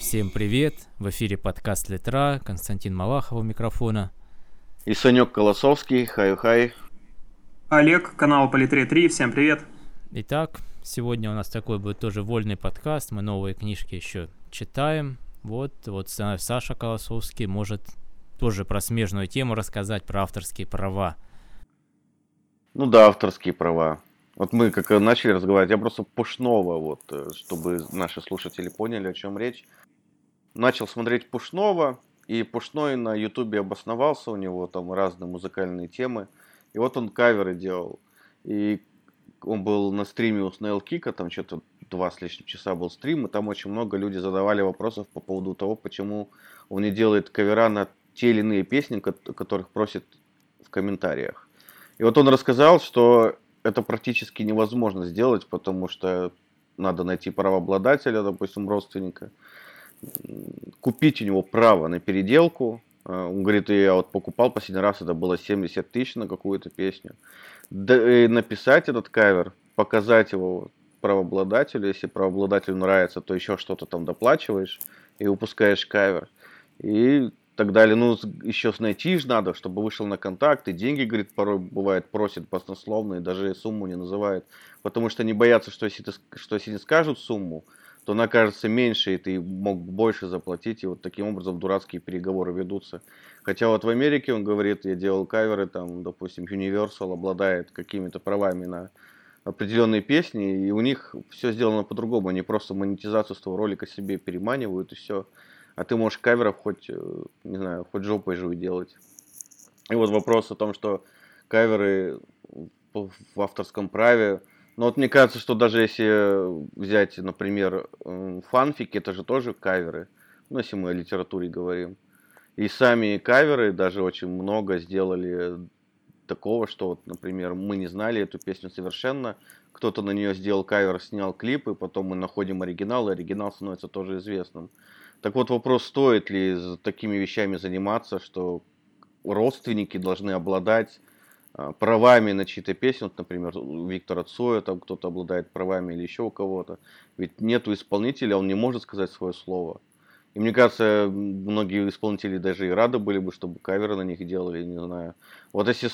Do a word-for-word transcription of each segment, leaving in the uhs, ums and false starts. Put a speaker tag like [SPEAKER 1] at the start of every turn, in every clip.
[SPEAKER 1] Всем привет! В эфире подкаст Литра, Константин Малахов у микрофона.
[SPEAKER 2] И Санек Колосовский, хай-хай.
[SPEAKER 3] Олег, канал по Литре три, всем привет.
[SPEAKER 1] Итак, сегодня у нас такой будет тоже вольный подкаст, мы новые книжки еще читаем. Вот, вот Саша Колосовский может тоже про смежную тему рассказать, про авторские права.
[SPEAKER 2] Ну да, авторские права. Вот мы как начали разговаривать, я просто Пушного, вот, чтобы наши слушатели поняли, о чем речь. Начал смотреть Пушного, и Пушной на Ютубе обосновался, у него там разные музыкальные темы. И вот он каверы делал. И он был на стриме у Снейлкика, там что-то два с лишним часа был стрим, и там очень много людей задавали вопросов по поводу того, почему он не делает кавера на те или иные песни, которых просят в комментариях. И вот он рассказал, что это практически невозможно сделать, потому что надо найти правообладателя, допустим, родственника, купить у него право на переделку. Он говорит, я вот покупал последний раз, это было семьдесят тысяч на какую-то песню. Да, и написать этот кавер, показать его правообладателю, если правообладателю нравится, то еще что-то там доплачиваешь и выпускаешь кавер. И так далее. Ну, еще найти же надо, чтобы вышел на контакт. И деньги, говорит, порой бывает просит баснословно, и даже сумму не называет. Потому что они боятся, что если, ты, что если не скажут сумму, то она окажется меньше, и ты мог больше заплатить. И вот таким образом дурацкие переговоры ведутся. Хотя вот в Америке, он говорит, я делал каверы, там, допустим, Universal обладает какими-то правами на определенные песни, и у них все сделано по-другому. Они просто монетизацию с того ролика себе переманивают, и все. А ты можешь каверов хоть, не знаю, хоть жопой живой делать. И вот вопрос о том, что каверы в авторском праве. Ну вот мне кажется, что даже если взять, например, фанфики, это же тоже каверы. Ну, если мы о литературе говорим. И сами каверы даже очень много сделали такого, что, вот, например, мы не знали эту песню совершенно. Кто-то на нее сделал кавер, снял клип, и потом мы находим оригинал, и оригинал становится тоже известным. Так вот вопрос, стоит ли такими вещами заниматься, что родственники должны обладать а, правами на чьи-то песни. Вот, например, у Виктора Цоя там кто-то обладает правами или еще у кого-то. Ведь нету исполнителя, он не может сказать свое слово. И мне кажется, многие исполнители даже и рады были бы, чтобы каверы на них делали, не знаю. Вот если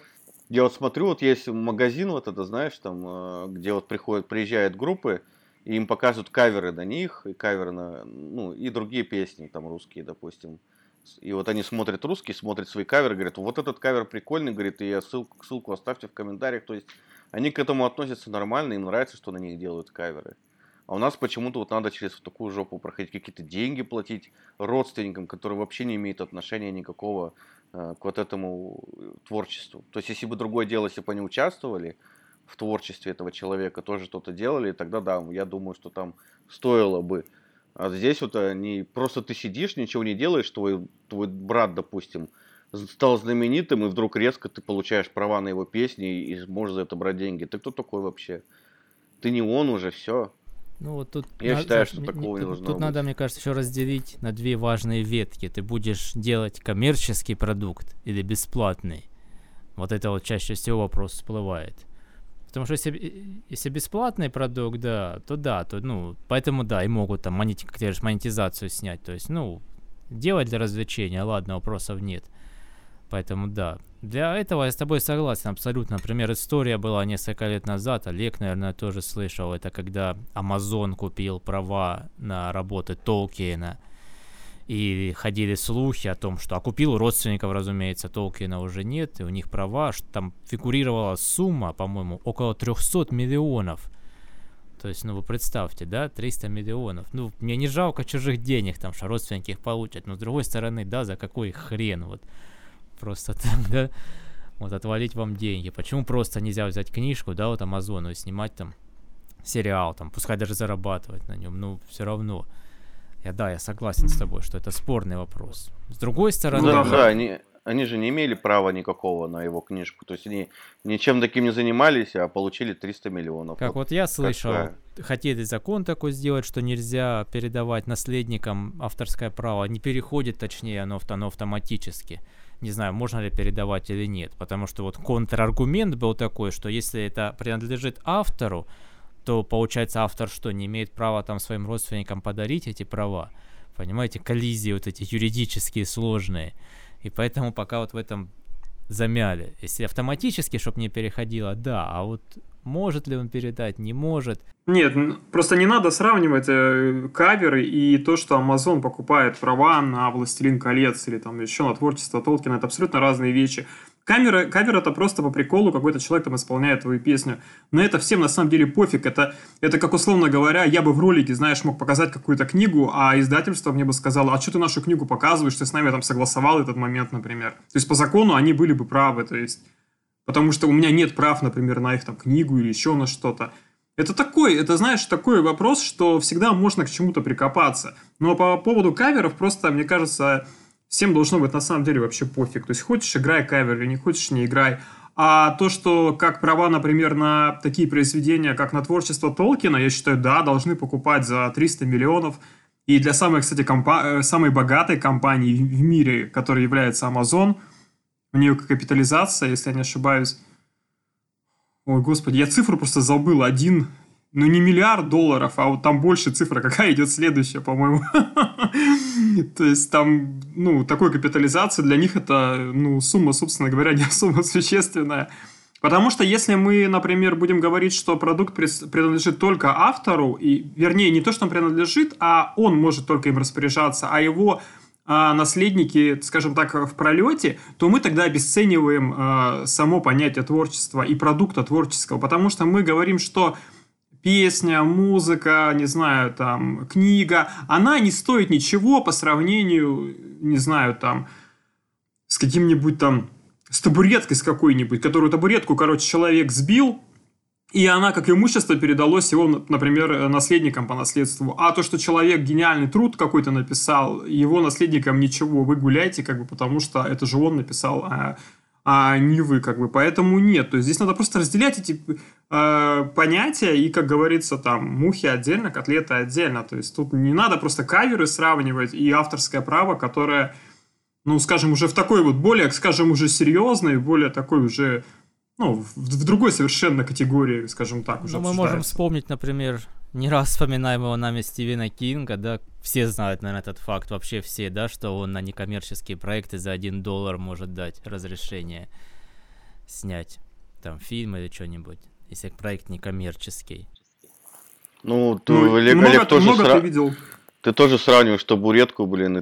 [SPEAKER 2] я вот смотрю, вот есть магазин, вот это, знаешь, там, где вот приходят, приезжают группы, и им показывают каверы на них, и каверы на, ну, и другие песни, там, русские, допустим. И вот они смотрят русские, смотрят свои каверы, говорят, вот этот кавер прикольный, говорит, и ссылку, ссылку оставьте в комментариях. То есть, они к этому относятся нормально, им нравится, что на них делают каверы. А у нас почему-то вот надо через такую жопу проходить, какие-то деньги платить родственникам, которые вообще не имеют отношения никакого э, к вот этому творчеству. То есть, если бы другое дело, если бы они участвовали в творчестве этого человека, тоже что-то делали, тогда да, я думаю, что там стоило бы. А здесь вот они, просто ты сидишь, ничего не делаешь, твой, твой брат, допустим, стал знаменитым, и вдруг резко ты получаешь права на его песни и можешь за это брать деньги. Ты кто такой вообще? Ты не он уже, все.
[SPEAKER 1] Ну вот тут
[SPEAKER 2] я
[SPEAKER 1] на,
[SPEAKER 2] считаю,
[SPEAKER 1] Саш,
[SPEAKER 2] что
[SPEAKER 1] не,
[SPEAKER 2] такого
[SPEAKER 1] не,
[SPEAKER 2] не
[SPEAKER 1] тут,
[SPEAKER 2] должно
[SPEAKER 1] тут
[SPEAKER 2] быть.
[SPEAKER 1] надо, мне кажется, еще разделить на две важные ветки. Ты будешь делать коммерческий продукт или бесплатный. Вот это вот чаще всего вопрос всплывает. Потому что если, если бесплатный продукт, да, то да, то, ну, поэтому да, и могут там монет, как ты говоришь, монетизацию снять. То есть, ну, делать для развлечения, ладно, вопросов нет. Поэтому да. Для этого я с тобой согласен абсолютно. Например, история была несколько лет назад, Олег, наверное, тоже слышал. Это когда Amazon купил права на работы Толкиена. И ходили слухи о том, что... А купил у родственников, разумеется, Толкиена уже нет, и у них права, что там фигурировала сумма, по-моему, около триста миллионов. То есть, ну вы представьте, да, триста миллионов. Ну, мне не жалко чужих денег, там, что родственники их получат, но с другой стороны, да, за какой хрен, вот. Просто так, да, вот отвалить вам деньги. Почему просто нельзя взять книжку, да, вот Амазону и снимать там сериал, там, пускай даже зарабатывать на нем, ну, все равно... Я, да, я согласен с тобой, что это спорный вопрос. С другой стороны...
[SPEAKER 2] Ну, да, да, они, они же не имели права никакого на его книжку. То есть они ничем таким не занимались, а получили триста миллионов.
[SPEAKER 1] Как вот, вот я слышал,
[SPEAKER 2] как...
[SPEAKER 1] хотели закон такой сделать, что нельзя передавать наследникам авторское право. Не переходит, точнее, оно, оно автоматически. Не знаю, можно ли передавать или нет. Потому что вот контраргумент был такой, что если это принадлежит автору, то получается автор что, не имеет права там своим родственникам подарить эти права? Понимаете, коллизии вот эти юридические сложные. И поэтому пока вот в этом замяли. Если автоматически, чтобы не переходило, да, а вот может ли он передать, не может.
[SPEAKER 3] Нет, просто не надо сравнивать э, каверы и то, что Amazon покупает права на «Властелин колец» или там еще на творчество Толкина. Это абсолютно разные вещи. Камера, кавер это просто по приколу, какой-то человек там исполняет твою песню. Но это всем на самом деле пофиг. Это, это как, условно говоря, я бы в ролике, знаешь, мог показать какую-то книгу, а издательство мне бы сказало, а что ты нашу книгу показываешь, ты с нами там согласовал этот момент, например. То есть по закону они были бы правы, то есть... Потому что у меня нет прав, например, на их там книгу или еще на что-то. Это такой, это, знаешь, такой вопрос, что всегда можно к чему-то прикопаться. Но по поводу каверов просто, мне кажется, всем должно быть на самом деле вообще пофиг. То есть хочешь, играй кавер, или не хочешь, не играй. А то, что как права, например, на такие произведения, как на творчество Толкина, я считаю, да, должны покупать за триста миллионов. И для самой, кстати, компа- самой богатой компании в мире, которая является Amazon, у нее капитализация, если я не ошибаюсь. Ой, господи, я цифру просто забыл. Один, ну не миллиард долларов, а вот там больше цифра. Какая идет следующая, по-моему? То есть там, ну, такой капитализация для них это, ну, сумма, собственно говоря, не особо существенная. Потому что если мы, например, будем говорить, что продукт принадлежит только автору, и, вернее, не то, что он принадлежит, а он может только им распоряжаться, а его... а наследники, скажем так, в пролете, то мы тогда обесцениваем э, само понятие творчества и продукта творческого, потому что мы говорим, что песня, музыка, не знаю, там, книга, она не стоит ничего по сравнению, не знаю, там, с каким-нибудь там, с табуреткой с какой-нибудь, которую табуретку, короче, человек сбил, и она, как имущество, передалось его, например, наследникам по наследству. А то, что человек гениальный труд какой-то написал, его наследникам ничего, вы гуляйте, как бы, потому что это же он написал, а, а не вы, как бы. Поэтому нет. То есть здесь надо просто разделять эти э, понятия, и, как говорится, там, мухи отдельно, котлеты отдельно. То есть тут не надо просто каверы сравнивать и авторское право, которое, ну, скажем, уже в такой вот более, скажем, уже серьезной, более такой уже... Ну, в, в другой совершенно категории, скажем так, уже.
[SPEAKER 1] Ну, мы можем вспомнить, например, не раз вспоминаемого нами Стивена Кинга, да, все знают, наверное, этот факт, вообще все, да, что он на некоммерческие проекты за один доллар может дать разрешение снять там фильм или что-нибудь, если проект некоммерческий.
[SPEAKER 2] Ну, ты, ну, Олег, много, Олег, тоже
[SPEAKER 3] много
[SPEAKER 2] сра...
[SPEAKER 3] ты видел.
[SPEAKER 2] Ты тоже сравниваешь табуретку, блин, и,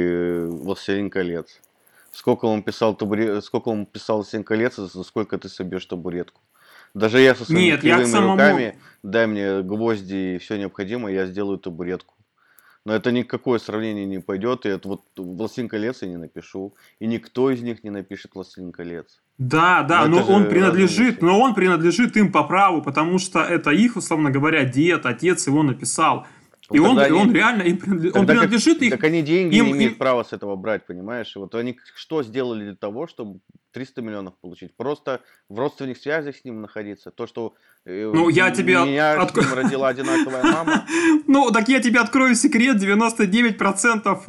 [SPEAKER 2] и «Властелин колец». Сколько он писал табурет, сколько он писал «Семь колец», за сколько ты собьешь табуретку. Даже я со своими
[SPEAKER 3] Нет,
[SPEAKER 2] кривыми
[SPEAKER 3] самому...
[SPEAKER 2] руками, дай мне гвозди и все необходимое, я сделаю табуретку. Но это никакое сравнение не пойдет, и это вот «Властелин колец» я не напишу, и никто из них не напишет «Властелин колец».
[SPEAKER 3] Да, да, но, но он принадлежит, но он принадлежит им по праву, потому что это их, условно говоря, дед, отец его написал. И он,
[SPEAKER 2] они,
[SPEAKER 3] и он реально им принадлежит, он принадлежит
[SPEAKER 2] как,
[SPEAKER 3] их.
[SPEAKER 2] Так они деньги
[SPEAKER 3] им,
[SPEAKER 2] не имеют
[SPEAKER 3] им...
[SPEAKER 2] права с этого брать, понимаешь? Вот они что сделали для того, чтобы триста миллионов получить? Просто в родственных связях с ним находиться. То, что
[SPEAKER 3] ну, я тебе
[SPEAKER 2] меня
[SPEAKER 3] от...
[SPEAKER 2] с ним родила одинаковая мама.
[SPEAKER 3] Ну, так я тебе открою секрет. девяносто девять процентов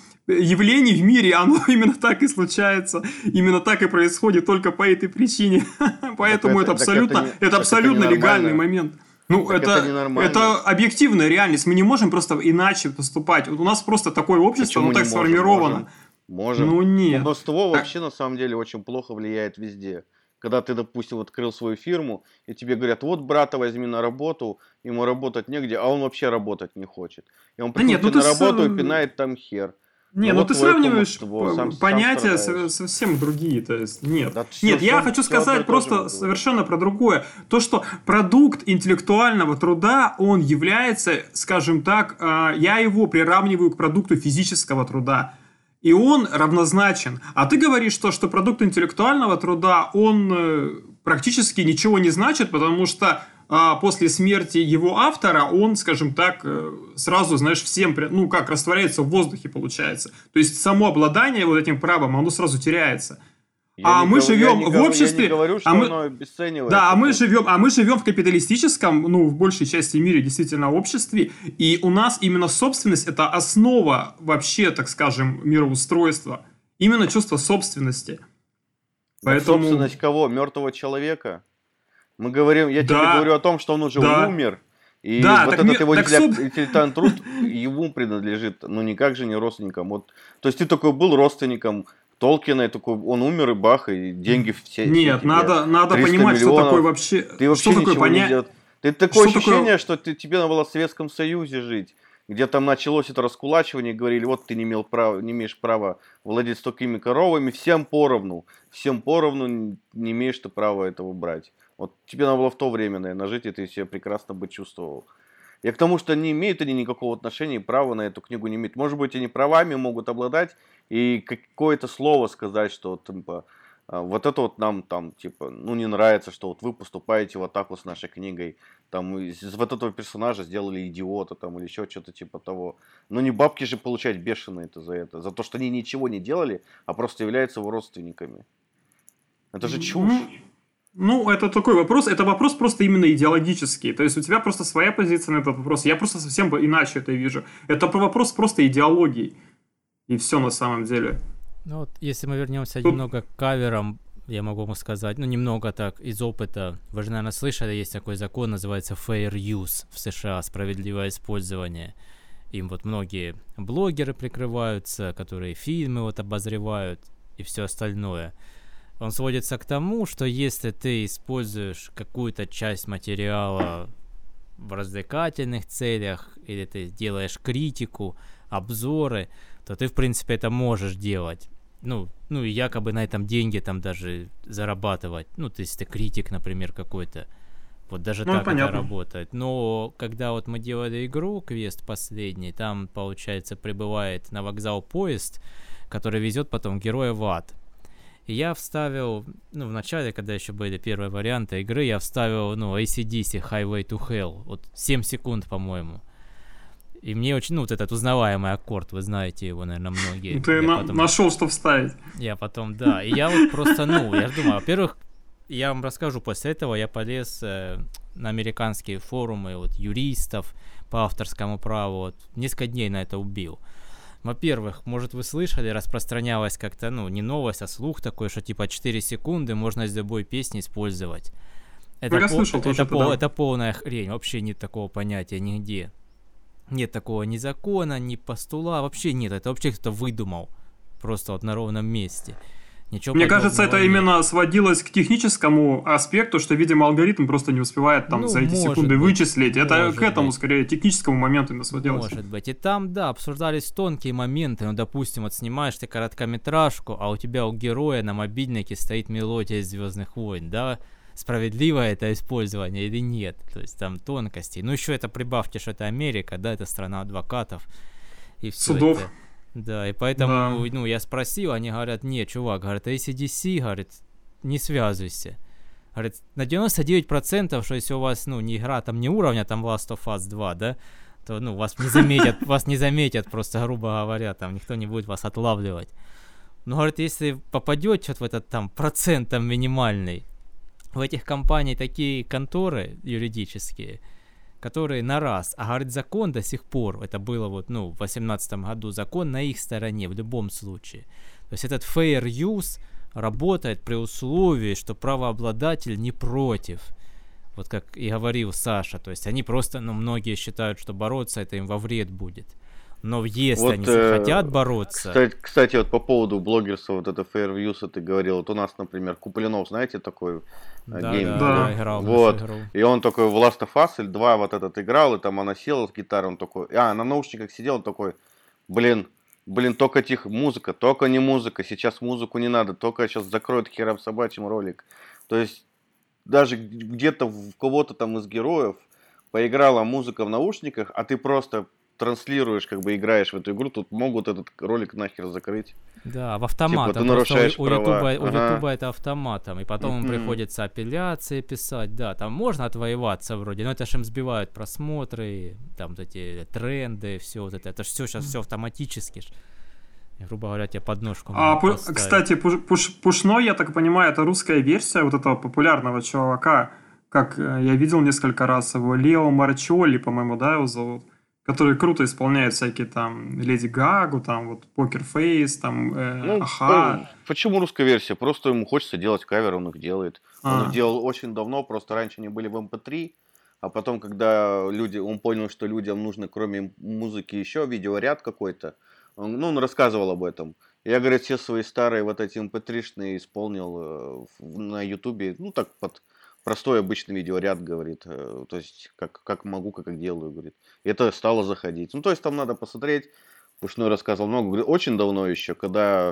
[SPEAKER 3] явлений в мире, оно именно так и случается. Именно так и происходит только по этой причине. Поэтому это абсолютно, это абсолютно легальный момент. Ну, так это, это, это объективная реальность. Мы не можем просто иначе поступать. Вот у нас просто такое общество, оно так можем, сформировано.
[SPEAKER 2] Можем.
[SPEAKER 3] Ну, нет.
[SPEAKER 2] Колдовство вообще на самом деле очень плохо влияет везде. Когда ты, допустим, открыл свою фирму, и тебе говорят, вот брата возьми на работу, ему работать негде, а он вообще работать не хочет. И он приходит да нет, ну на работу с... и пинает там хер.
[SPEAKER 3] Не, ну, ну ты сравниваешь сам, понятия сам совсем другие, то есть нет. Да, все, нет, все, я все, хочу все сказать просто совершенно про другое. То, что продукт интеллектуального труда, он является, скажем так, я его приравниваю к продукту физического труда. И он равнозначен. А ты говоришь, что, что продукт интеллектуального труда, он практически ничего не значит, потому что а после смерти его автора он, скажем так, сразу, знаешь, всем, ну, как, растворяется в воздухе, получается. То есть само обладание вот этим правом, оно сразу теряется.
[SPEAKER 2] Я
[SPEAKER 3] а мы
[SPEAKER 2] говорю,
[SPEAKER 3] живем
[SPEAKER 2] в
[SPEAKER 3] говорю, обществе...
[SPEAKER 2] Я не говорю, что
[SPEAKER 3] а мы,
[SPEAKER 2] оно обесценивается.
[SPEAKER 3] Да, а мы, живем, а мы живем в капиталистическом, ну, в большей части мира, действительно, обществе, и у нас именно собственность – это основа вообще, так скажем, мироустройства. Именно чувство собственности.
[SPEAKER 2] Поэтому... Собственность кого? Мертвого человека? Мы говорим, я да, тебе говорю о том, что он уже да. умер, И
[SPEAKER 3] Да,
[SPEAKER 2] вот
[SPEAKER 3] так,
[SPEAKER 2] этот
[SPEAKER 3] ми-
[SPEAKER 2] его
[SPEAKER 3] так суд...
[SPEAKER 2] интеллектуальный труд ему принадлежит, ну никак же не родственникам. Вот, то есть ты такой был родственником Толкина, и такой, он умер, и бах, и деньги все, все
[SPEAKER 3] Нет,
[SPEAKER 2] тебе,
[SPEAKER 3] надо, надо
[SPEAKER 2] триста
[SPEAKER 3] понимать, что такое
[SPEAKER 2] миллионов,
[SPEAKER 3] вообще...
[SPEAKER 2] ты
[SPEAKER 3] Что
[SPEAKER 2] вообще
[SPEAKER 3] такое
[SPEAKER 2] ничего не
[SPEAKER 3] понять...
[SPEAKER 2] делал. Ты такое
[SPEAKER 3] Что
[SPEAKER 2] ощущение,
[SPEAKER 3] такое...
[SPEAKER 2] что ты, тебе надо было в Советском Союзе жить, где там началось это раскулачивание, говорили, вот ты не, имел права, не имеешь права владеть столькими коровами, всем поровну, всем поровну не имеешь ты права этого брать. Вот тебе надо было в то время, наверное, жить, и ты себя прекрасно бы чувствовал. Я к тому, что не имеют они никакого отношения и права на эту книгу не имеют. Может быть, они правами могут обладать и какое-то слово сказать, что типа, вот это вот нам там, типа, ну не нравится, что вот вы поступаете в атаку с нашей книгой. Там из вот этого персонажа сделали идиота там или еще что-то типа того. Но не бабки же получать бешеные-то за это. За то, что они ничего не делали, а просто являются его родственниками. Это же чушь.
[SPEAKER 3] Ну, это такой вопрос, это вопрос просто именно идеологический. То есть у тебя просто своя позиция на этот вопрос. Я просто совсем иначе это вижу. Это вопрос просто идеологии. И все на самом деле.
[SPEAKER 1] Ну вот, если мы вернемся
[SPEAKER 3] Тут...
[SPEAKER 1] немного к каверам, я могу вам сказать, ну немного так из опыта. Вы же, наверное, слышали, есть такой закон, называется Fair Use в США, справедливое использование. Им вот многие блогеры прикрываются, которые фильмы вот обозревают и все остальное. Он сводится к тому, что если ты используешь какую-то часть материала в развлекательных целях, или ты делаешь критику, обзоры, то ты, в принципе, это можешь делать. Ну, ну и якобы на этом деньги там даже зарабатывать. Ну, то есть ты критик, например, какой-то. Вот даже
[SPEAKER 3] ну,
[SPEAKER 1] так
[SPEAKER 3] понятно.
[SPEAKER 1] это работает. Но когда вот мы делали игру, квест последний, там, получается, прибывает на вокзал поезд, который везет потом героя в ад. И я вставил, ну, в начале, когда еще были первые варианты игры, я вставил, ну, эй си ди си Highway to Hell. Вот семь секунд, по-моему. И мне очень, ну, вот этот узнаваемый аккорд, вы знаете его, наверное, многие.
[SPEAKER 3] Ты на- потом... нашел, что вставить.
[SPEAKER 1] Я потом, да. И я вот просто, ну, я думаю, во-первых, я вам расскажу, после этого я полез э, на американские форумы вот, юристов по авторскому праву. Вот, несколько дней на это убил. Во-первых, может, вы слышали, распространялась как-то, ну, не новость, а слух такой, что типа четыре секунды можно из любой песни использовать. Это,
[SPEAKER 3] ну, я
[SPEAKER 1] пол-
[SPEAKER 3] слышал,
[SPEAKER 1] это,
[SPEAKER 3] это,
[SPEAKER 1] пол-
[SPEAKER 3] да.
[SPEAKER 1] это полная хрень, вообще нет такого понятия нигде. Нет такого ни закона, ни постула, вообще нет, это вообще кто-то выдумал, просто вот на ровном месте. Ничего
[SPEAKER 3] Мне кажется, это
[SPEAKER 1] нет.
[SPEAKER 3] именно сводилось к техническому аспекту, что, видимо, алгоритм просто не успевает там
[SPEAKER 1] ну,
[SPEAKER 3] за эти секунды
[SPEAKER 1] быть,
[SPEAKER 3] вычислить. Это к этому,
[SPEAKER 1] быть.
[SPEAKER 3] скорее, техническому моменту именно сводилось.
[SPEAKER 1] Может быть. И там, да, обсуждались тонкие моменты. Ну, допустим, вот снимаешь ты короткометражку, а у тебя у героя на мобильнике стоит мелодия из «Звездных войн», да? Справедливо это использование или нет? То есть там тонкости. Ну, еще это прибавьте, что это Америка, да, это страна адвокатов. И все
[SPEAKER 3] Судов.
[SPEAKER 1] это. Да, и поэтому,
[SPEAKER 3] да.
[SPEAKER 1] ну, я спросил, они говорят, нет, чувак, говорят, эй си ди си, говорит, не связывайся. Говорит, на девяносто девять процентов, что если у вас, ну, не игра, там, не уровня, там, Last of Us два, да, то, ну, вас не заметят, вас не заметят, просто, грубо говоря, там, никто не будет вас отлавливать. Но, говорит, если попадете вот в этот, там, процент, там, минимальный, у этих компаний такие конторы юридические, которые на раз, а говорит, закон до сих пор, это было вот, ну, в восемнадцатом году, закон на их стороне в любом случае. То есть этот fair use работает при условии, что правообладатель не против. Вот как и говорил Саша, то есть они просто, ну, многие считают, что бороться это им во вред будет. Но если
[SPEAKER 2] вот,
[SPEAKER 1] они
[SPEAKER 2] э,
[SPEAKER 1] захотят бороться...
[SPEAKER 2] Кстати, кстати, вот по поводу блогерства, вот это fair use, ты говорил, вот у нас, например, Куплинов, знаете, такой
[SPEAKER 1] да,
[SPEAKER 2] гейм,
[SPEAKER 1] да,
[SPEAKER 3] да.
[SPEAKER 1] да, играл
[SPEAKER 2] вот,
[SPEAKER 1] игру.
[SPEAKER 2] И он такой в Last of Us два вот этот играл, и там она села с гитарой, он такой, а, на наушниках сидел, он такой, блин, блин, только тихо, музыка, только не музыка, сейчас музыку не надо, только сейчас закроют херам собачьим ролик. То есть даже где-то в кого-то там из героев поиграла музыка в наушниках, а ты просто транслируешь, как бы играешь в эту игру, тут могут этот ролик нахер закрыть.
[SPEAKER 1] Да, в автомат.
[SPEAKER 2] Типа, ты нарушаешь
[SPEAKER 1] у,
[SPEAKER 2] права.
[SPEAKER 1] Ютуба, у
[SPEAKER 2] ага.
[SPEAKER 1] Ютуба это автоматом, и потом им приходится апелляции писать. Да, там можно отвоеваться вроде, но это же им сбивают просмотры, там вот эти тренды, все вот это. Это же все сейчас все автоматически. Грубо говоря, тебе подножку
[SPEAKER 3] а, пу-
[SPEAKER 1] поставить.
[SPEAKER 3] Кстати, пуш- Пушной, я так понимаю, это русская версия вот этого популярного чувака, как я видел несколько раз его, Лео Марчолли, по-моему, да, его зовут, который круто исполняет всякие там Леди Гагу, там вот Покер Фейс, там э,
[SPEAKER 2] ну,
[SPEAKER 3] Аха.
[SPEAKER 2] Почему русская версия? Просто ему хочется делать кавер, он их делает.
[SPEAKER 3] А.
[SPEAKER 2] Он их делал очень давно, просто раньше они были в эм пэ три, а потом, когда люди, он понял, что людям нужно кроме музыки еще видеоряд какой-то, он, ну, он рассказывал об этом. Я, говорит, все свои старые вот эти эм пэ три-шные исполнил э, на ютубе, ну, так под простой обычный видеоряд, говорит, э, то есть как, как могу, как и делаю, говорит. И это стало заходить. Ну, то есть там надо посмотреть, Пушной рассказывал много, говорит, очень давно еще, когда,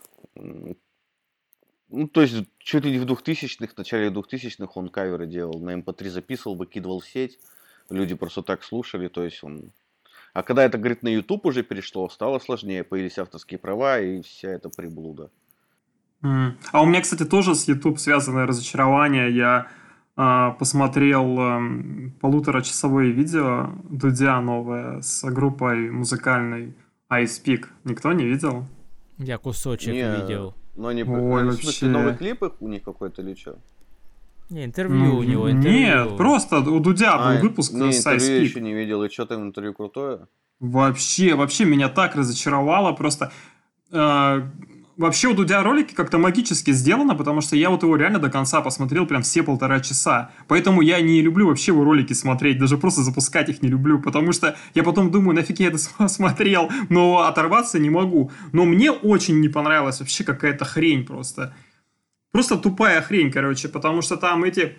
[SPEAKER 2] ну, то есть чуть ли не в двухтысячных, в начале двухтысячных он каверы делал, на эм пэ три записывал, выкидывал в сеть, люди просто так слушали, то есть он... А когда это, говорит, на YouTube уже перешло, стало сложнее, появились авторские права и вся эта приблуда.
[SPEAKER 3] Mm. А у меня, кстати, тоже с YouTube связанное разочарование. Я э, посмотрел э, полуторачасовое видео Дудя новое с группой музыкальной iSpeak. Никто не видел?
[SPEAKER 1] Я кусочек
[SPEAKER 2] Не,
[SPEAKER 1] видел.
[SPEAKER 2] Но они,
[SPEAKER 3] Ой,
[SPEAKER 2] они, в
[SPEAKER 3] вообще.
[SPEAKER 2] смысле, новый клип их у них какой-то или что?
[SPEAKER 1] Не, интервью
[SPEAKER 3] Ну,
[SPEAKER 1] у него, интервью.
[SPEAKER 3] Нет, просто у Дудя был
[SPEAKER 2] А,
[SPEAKER 3] выпуск
[SPEAKER 2] не,
[SPEAKER 3] с
[SPEAKER 2] интервью я
[SPEAKER 3] iSpeak.
[SPEAKER 2] еще не видел, и что там интервью крутое?
[SPEAKER 3] Вообще, вообще меня так разочаровало просто. Э, вообще у Дудя ролики как-то магически сделано, потому что я вот его реально до конца посмотрел прям все полтора часа. Поэтому я не люблю вообще его ролики смотреть, даже просто запускать их не люблю, потому что я потом думаю, нафиг я это смотрел, но оторваться не могу. Но мне очень не понравилась вообще какая-то хрень просто. Просто тупая хрень, короче, потому что там эти...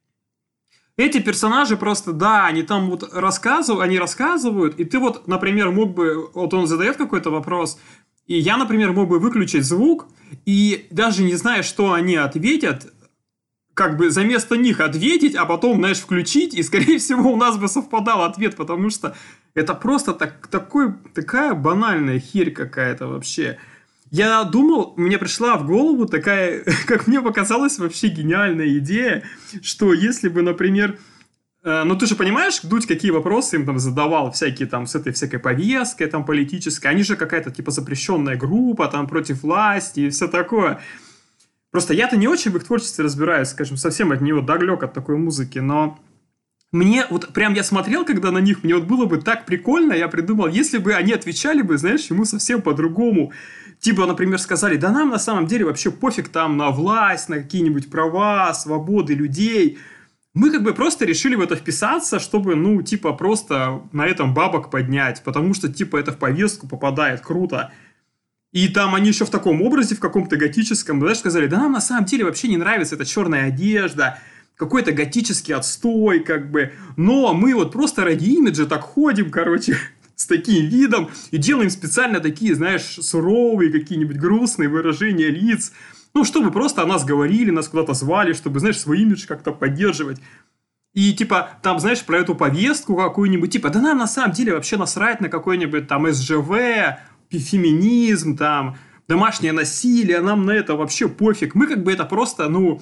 [SPEAKER 3] Эти персонажи просто, да, они там вот рассказывают, они рассказывают, и ты вот, например, мог бы, вот он задает какой-то вопрос, и я, например, мог бы выключить звук, и даже не зная, что они ответят, как бы за место них ответить, а потом, знаешь, включить, и, скорее всего, у нас бы совпадал ответ, потому что это просто так, такой, такая банальная херь какая-то вообще. Я думал, мне пришла в голову такая, как мне показалось, вообще гениальная идея, что если бы, например, э, ну ты же понимаешь, Дудь какие вопросы им там задавал, всякие там с этой всякой повесткой там политической, они же какая-то типа запрещенная группа там против власти и все такое. Просто я-то не очень в их творчестве разбираюсь, скажем, совсем от него далек от такой музыки, но... Мне вот прям я смотрел, когда на них, мне вот было бы так прикольно, я придумал, если бы они отвечали бы, знаешь, ему совсем по-другому. Типа, например, сказали, да нам на самом деле вообще пофиг там на власть, на какие-нибудь права, свободы людей. Мы как бы просто решили в это вписаться, чтобы, ну, типа, просто на этом бабок поднять, потому что, типа, это в повестку попадает, круто. И там они еще в таком образе, в каком-то готическом, знаешь, сказали, да нам на самом деле вообще не нравится эта черная одежда, какой-то готический отстой, как бы. Но мы вот просто ради имиджа так ходим, короче, с таким видом и делаем специально такие, знаешь, суровые какие-нибудь грустные выражения лиц. Ну, чтобы просто о нас говорили, нас куда-то звали, чтобы, знаешь, свой имидж как-то поддерживать. И, типа, там, знаешь, про эту повестку какую-нибудь, типа, да нам на самом деле вообще насрать на какой-нибудь там эс жэ вэ, феминизм, там, домашнее насилие, нам на это вообще пофиг. Мы как бы это просто, ну...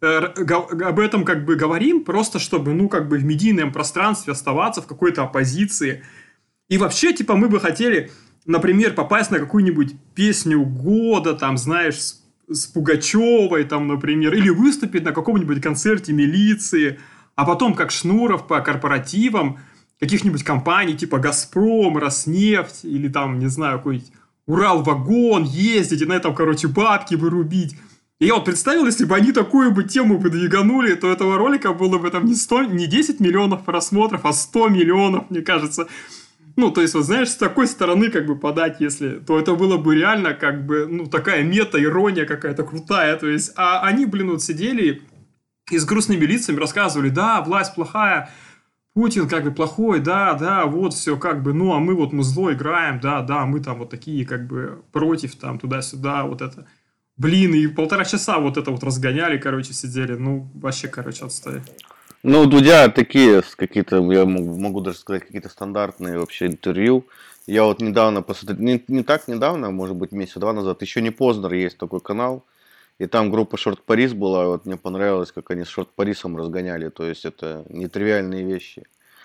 [SPEAKER 3] об этом как бы говорим, просто чтобы, ну, как бы в медийном пространстве оставаться в какой-то оппозиции. И вообще, типа, мы бы хотели, например, попасть на какую-нибудь песню года, там, знаешь, с, с Пугачевой, там, например, или выступить на каком-нибудь концерте милиции, а потом, как Шнуров, по корпоративам каких-нибудь компаний, типа «Газпром», «Роснефть», или там, не знаю, какой-нибудь «Уралвагон», ездить и на этом, короче, бабки вырубить. И я вот представил, если бы они такую бы тему выдвиганули, то этого ролика было бы там не, сто, не десять миллионов просмотров, а сто миллионов, мне кажется. Ну, то есть, вот знаешь, с такой стороны как бы подать, если, то это было бы реально как бы, ну, такая мета-ирония какая-то крутая. То есть, а они, блин, вот сидели и с грустными лицами рассказывали, да, власть плохая, Путин как бы плохой, да, да, вот все как бы, ну, а мы вот мы зло играем, да, да, мы там вот такие как бы против, там, туда-сюда, вот это... Блин, и полтора часа вот это вот разгоняли, короче, сидели. Ну, вообще, короче, отстой.
[SPEAKER 2] Ну, у Дудя такие какие-то, я могу, могу даже сказать, какие-то стандартные вообще интервью. Я вот недавно посмотрел, не, не так недавно, может быть, месяца два назад, еще не Познер есть такой канал. И там группа Шорт Парис была, вот мне понравилось, как они с Шорт Парисом разгоняли. То есть, это нетривиальные вещи.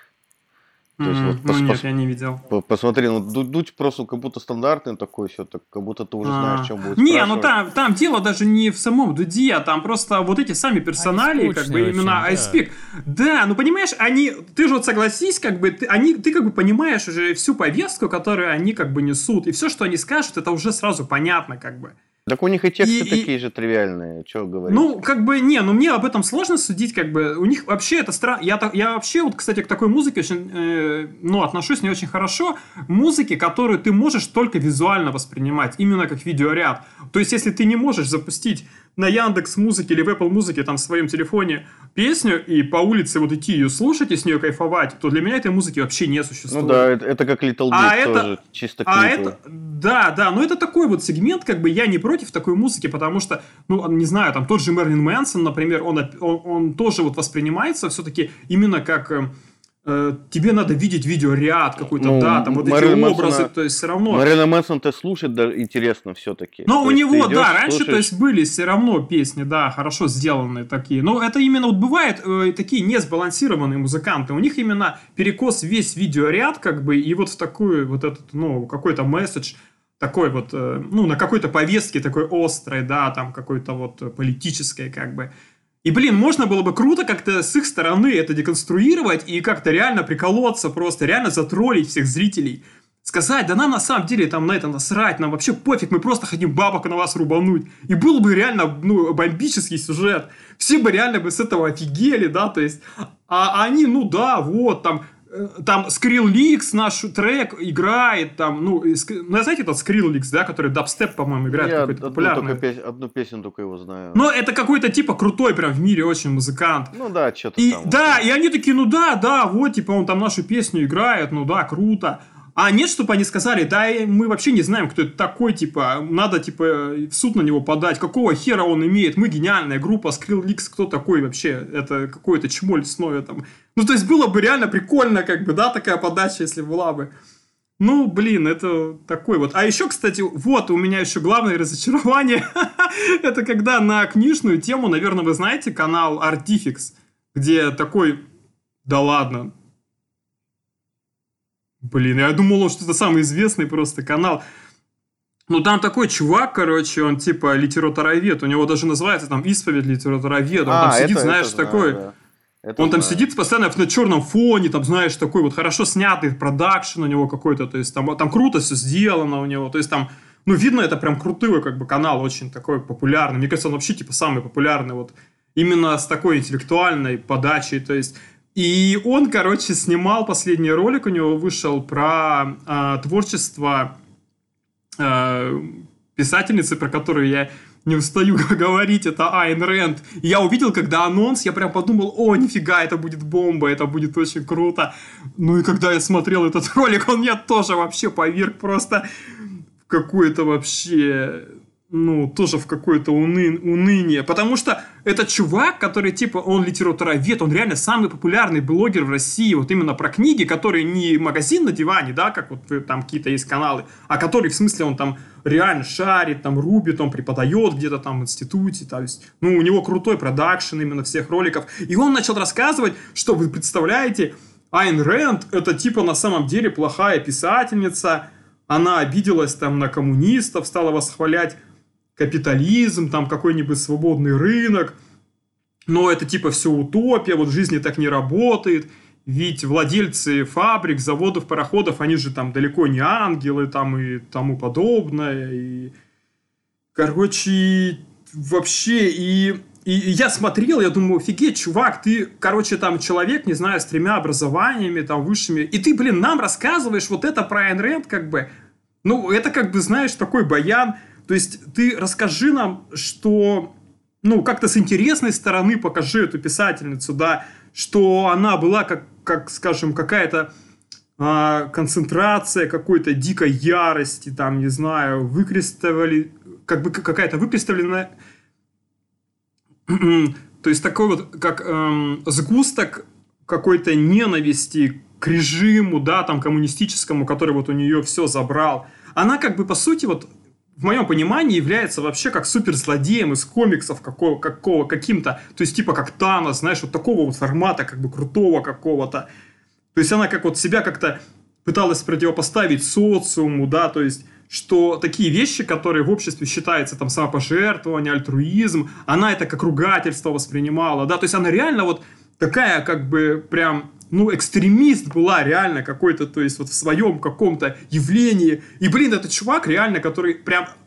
[SPEAKER 2] То есть,
[SPEAKER 3] Mm,
[SPEAKER 2] вот,
[SPEAKER 3] ну
[SPEAKER 2] пос,
[SPEAKER 3] нет,
[SPEAKER 2] пос,
[SPEAKER 3] я не видел.
[SPEAKER 2] Посмотри, ну Дудь просто как будто стандартный такой, все, так, как будто ты уже знаешь,
[SPEAKER 3] А.
[SPEAKER 2] чем будет
[SPEAKER 3] Не,
[SPEAKER 2] спрашивать.
[SPEAKER 3] ну там, там дело даже не в самом Дуде, а там просто вот эти сами персонали,
[SPEAKER 1] Они
[SPEAKER 3] как бы
[SPEAKER 1] скучные
[SPEAKER 3] именно
[SPEAKER 1] очень, да.
[SPEAKER 3] iSpeak. Да, ну понимаешь, они, ты же вот согласись, как бы, ты, они, ты как бы понимаешь уже всю повестку, которую они как бы несут, и все, что они скажут, это уже сразу понятно, как бы.
[SPEAKER 2] Так у них и тексты
[SPEAKER 3] И-
[SPEAKER 2] такие
[SPEAKER 3] и-
[SPEAKER 2] же тривиальные, что говорить.
[SPEAKER 3] Ну, как бы, не, ну мне об этом сложно судить, как бы, у них вообще это странно, я, так- я вообще, вот, кстати, к такой музыке очень, э, ну, отношусь не очень хорошо, музыке, которую ты можешь только визуально воспринимать, именно как видеоряд, то есть, если ты не можешь запустить на Яндекс.Музыке или в Apple Музыке там в своем телефоне песню и по улице вот идти ее слушать и с нее кайфовать, то для меня этой музыки вообще не существует.
[SPEAKER 2] Ну да, это, это как Little Big
[SPEAKER 3] А это-
[SPEAKER 2] тоже, чисто клипы.
[SPEAKER 3] А это, да, да, но это такой вот сегмент, как бы я не против такой музыки, потому что, ну, не знаю, там тот же Мерлин Мэнсон, например, он, оп- он, он тоже вот воспринимается все-таки именно как э, э, тебе надо видеть видеоряд какой-то,
[SPEAKER 2] Ну,
[SPEAKER 3] да, там вот
[SPEAKER 2] Мэрилин
[SPEAKER 3] эти образы,
[SPEAKER 2] Мэнсона-
[SPEAKER 3] то есть все равно.
[SPEAKER 2] Мэрилина Мэнсон-то слушать да, интересно все-таки.
[SPEAKER 3] Но у него, да, раньше, то есть, были все равно песни, да, хорошо сделанные такие. Но это именно вот бывает э, такие несбалансированные музыканты. У них именно перекос весь видеоряд, как бы, и вот в такую вот этот, ну, какой-то месседж, такой вот, э, ну, на какой-то повестке такой острой, да, там, какой-то вот э, политической, как бы. И, блин, можно было бы круто как-то с их стороны это деконструировать и как-то реально приколоться просто, реально затроллить всех зрителей. Сказать, да нам на самом деле там на это насрать, нам вообще пофиг, мы просто хотим бабок на вас рубануть. И был бы реально, ну, бомбический сюжет. Все бы реально бы с этого офигели, да, то есть... А они, ну да, вот, там... э, Там Skrillex наш трек играет, там, ну, и ск- ну, знаете, тот Skrillex, да, который дабстеп, по-моему, играет,
[SPEAKER 2] Я
[SPEAKER 3] какой-то
[SPEAKER 2] одну,
[SPEAKER 3] популярный.
[SPEAKER 2] только пес- одну песню только его знаю.
[SPEAKER 3] Но это какой-то типа крутой прям в мире очень музыкант.
[SPEAKER 2] Ну да, что-то
[SPEAKER 3] И,
[SPEAKER 2] там.
[SPEAKER 3] да, и они такие, ну да, да, вот, типа, он там нашу песню играет, ну да, круто. А нет, чтобы они сказали, да, и мы вообще не знаем, кто это такой, типа, надо, типа, в суд на него подать, какого хера он имеет, мы гениальная группа, Skrillex, кто такой вообще, это какое-то чмо лесное там. Ну, то есть, было бы реально прикольно, как бы, да, такая подача, если была бы. Ну, блин, это такой вот. А еще, кстати, вот у меня еще главное разочарование. Это когда на книжную тему, наверное, вы знаете канал Artifix, где такой... Да ладно. Блин, я думал, что это самый известный просто канал. Ну, там такой чувак, короче, он типа литературовед. У него даже называется там «Исповедь литературоведа». Он там
[SPEAKER 2] А,
[SPEAKER 3] сидит,
[SPEAKER 2] это-
[SPEAKER 3] знаешь,
[SPEAKER 2] это знаю,
[SPEAKER 3] такой...
[SPEAKER 2] да. Это
[SPEAKER 3] Он там
[SPEAKER 2] знаю.
[SPEAKER 3] сидит постоянно на черном фоне, там, знаешь, такой вот хорошо снятый продакшн у него какой-то, то есть там, там круто все сделано у него, то есть там, ну, видно, это прям крутой как бы канал, очень такой популярный. Мне кажется, он вообще типа самый популярный вот именно с такой интеллектуальной подачей, то есть. И он, короче, снимал последний ролик, у него вышел про э, творчество э, писательницы, про которую я не устаю говорить, это Айн Рэнд. И я увидел, когда анонс, я прям подумал, о, нифига, это будет бомба, это будет очень круто. Ну и когда я смотрел этот ролик, он меня тоже вообще поверг просто в какое-то вообще... Ну, тоже в какое-то уны... уныние. Потому что это чувак, который, типа, он литературовед, он реально самый популярный блогер в России, вот именно про книги, которые не магазин на диване, да, как вот там какие-то есть каналы, а который, в смысле, он там реально шарит, там рубит, он преподает где-то там в институте, то есть, ну, у него крутой продакшн именно всех роликов. И он начал рассказывать, что вы представляете, Айн Рэнд это, типа, на самом деле плохая писательница, она обиделась там на коммунистов, стала восхвалять капитализм, там какой-нибудь свободный рынок, но это типа все утопия, вот в жизни так не работает, ведь владельцы фабрик, заводов, пароходов, они же там далеко не ангелы, там и тому подобное, и, короче, вообще, и, и, и я смотрел, я думаю, офигеть, чувак, ты, короче, там человек, не знаю, с тремя образованиями, там, высшими, и ты, блин, нам рассказываешь вот это про Айн Рэнд, как бы, ну, это как бы, знаешь, такой баян. То есть ты расскажи нам, что, ну, как-то с интересной стороны покажи эту писательницу, да, что она была, как, как скажем, какая-то а, концентрация какой-то дикой ярости, там, не знаю, выкристалли... как бы какая-то выкристалленная... То есть такой вот, как эм, сгусток какой-то ненависти к режиму, да, там, коммунистическому, который вот у нее все забрал. Она как бы, по сути, вот, в моем понимании, является вообще как суперзлодеем из комиксов какого, какого, каким-то, то есть типа как Танос, знаешь, вот такого вот формата, как бы крутого какого-то. То есть она как вот себя как-то пыталась противопоставить социуму, да, то есть что такие вещи, которые в обществе считаются там самопожертвование, альтруизм, она это как ругательство воспринимала, да, то есть она реально вот такая как бы прям... ну, экстремист была реально какой-то, то есть вот в своем каком-то явлении. И, блин, это чувак реально, который прям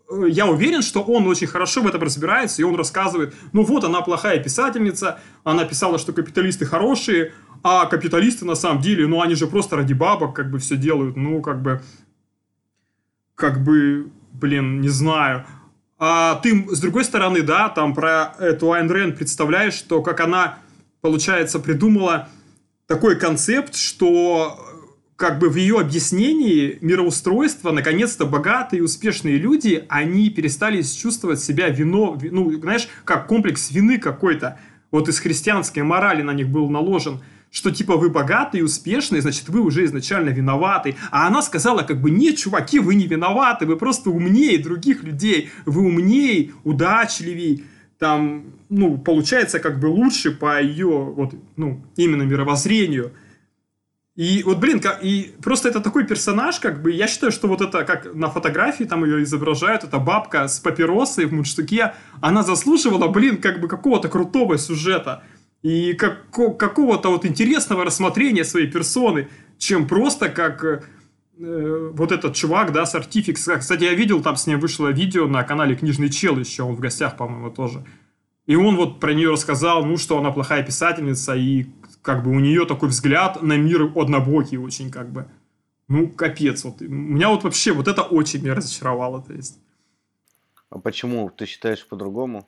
[SPEAKER 3] я уверен, что он очень хорошо в этом разбирается, и он рассказывает, ну вот, она плохая писательница, она писала, что капиталисты хорошие, а капиталисты на самом деле, ну они же просто ради бабок как бы все делают, ну как бы, как бы, блин, не знаю. А ты, с другой стороны, да, там про эту Айн Рэнд представляешь, что как она, получается, придумала такой концепт, что как бы в ее объяснении мироустройства, наконец-то богатые и успешные люди, они перестали чувствовать себя вино, ну, знаешь, как комплекс вины какой-то, вот из христианской морали на них был наложен, что типа вы богатые и успешные, значит, вы уже изначально виноваты. А она сказала, как бы, нет, чуваки, вы не виноваты, вы просто умнее других людей, вы умнее, удачливей, там, ну, получается, как бы лучше по ее, вот, ну, именно мировоззрению. И вот, блин, и просто это такой персонаж, как бы, я считаю, что вот это, как на фотографии там ее изображают, эта бабка с папиросой в мундштуке, она заслуживала, блин, как бы какого-то крутого сюжета и как, какого-то вот интересного рассмотрения своей персоны, чем просто как э, вот этот чувак, да, с Артификс. Кстати, я видел, там с ней вышло видео на канале Книжный Чел еще, он в гостях, по-моему, тоже. И он вот про нее рассказал, ну, что она плохая писательница, и как бы у нее такой взгляд на мир однобокий очень, как бы. Ну, капец. Вот. Меня вот вообще вот это очень меня разочаровало. То есть.
[SPEAKER 2] А почему? Ты считаешь по-другому?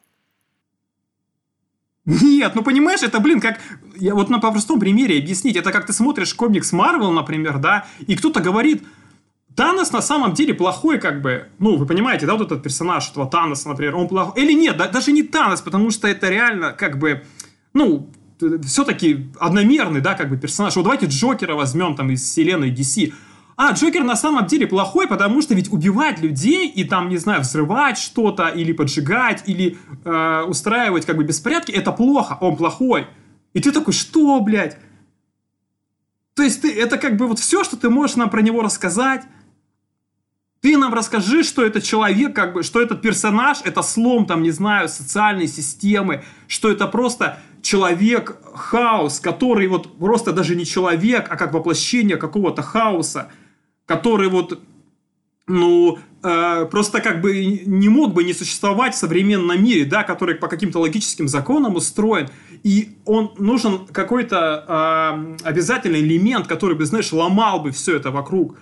[SPEAKER 3] Нет, ну понимаешь, это, блин, как... Я вот на простом примере объяснить. Это как ты смотришь комикс Марвел, например, да, и кто-то говорит... Танос на самом деле плохой, как бы, ну, вы понимаете, да, вот этот персонаж, этого Таноса, например, он плохой, или нет, да, даже не Танос, потому что это реально, как бы, ну, все-таки одномерный, да, как бы персонаж. Вот давайте Джокера возьмем там из вселенной ди си. А, Джокер на самом деле плохой, потому что ведь убивать людей и там, не знаю, взрывать что-то, или поджигать, или э, устраивать, как бы, беспорядки, это плохо, он плохой. И ты такой, что, блядь? То есть ты, это как бы вот все, что ты можешь нам про него рассказать. Ты нам расскажи, что это человек, как бы, что этот персонаж, это слом, там, не знаю, социальной системы, что это просто человек-хаос, который вот просто даже не человек, а как воплощение какого-то хаоса, который вот, ну, э, просто как бы не мог бы не существовать в современном мире, да, который по каким-то логическим законам устроен, и он нужен какой-то э, обязательный элемент, который бы, знаешь, ломал бы все это вокруг.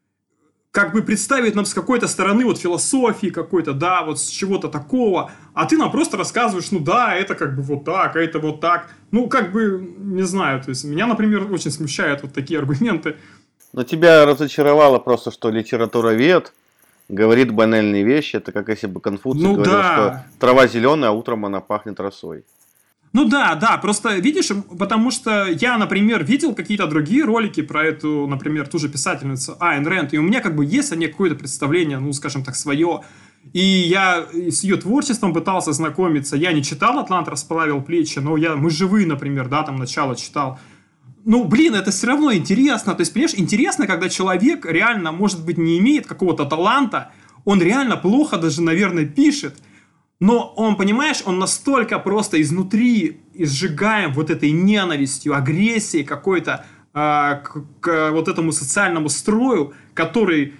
[SPEAKER 3] Как бы представить нам с какой-то стороны вот философии какой-то, да, вот с чего-то такого, а ты нам просто рассказываешь, ну да, это как бы вот так, а это вот так. Ну, как бы, не знаю, то есть меня, например, очень смущают вот такие аргументы.
[SPEAKER 2] Но тебя разочаровало просто, что литературовед говорит банальные вещи, это как если бы Конфуций
[SPEAKER 3] ну,
[SPEAKER 2] говорил,
[SPEAKER 3] да.
[SPEAKER 2] что трава зеленая, а утром она пахнет росой.
[SPEAKER 3] Ну да, да, просто видишь, потому что я, например, видел какие-то другие ролики про эту, например, ту же писательницу Айн Рэнд, и у меня как бы есть о ней какое-то представление, ну, скажем так, свое. И я с ее творчеством пытался знакомиться. Я не читал «Атлант расправил плечи», но я «Мы живы», например, да, там начало читал. Ну, блин, это все равно интересно. То есть, понимаешь, интересно, когда человек реально, может быть, не имеет какого-то таланта, он реально плохо даже, наверное, пишет, но он, понимаешь, он настолько просто изнутри изжигаем вот этой ненавистью, агрессией какой-то э, к, к вот этому социальному строю, который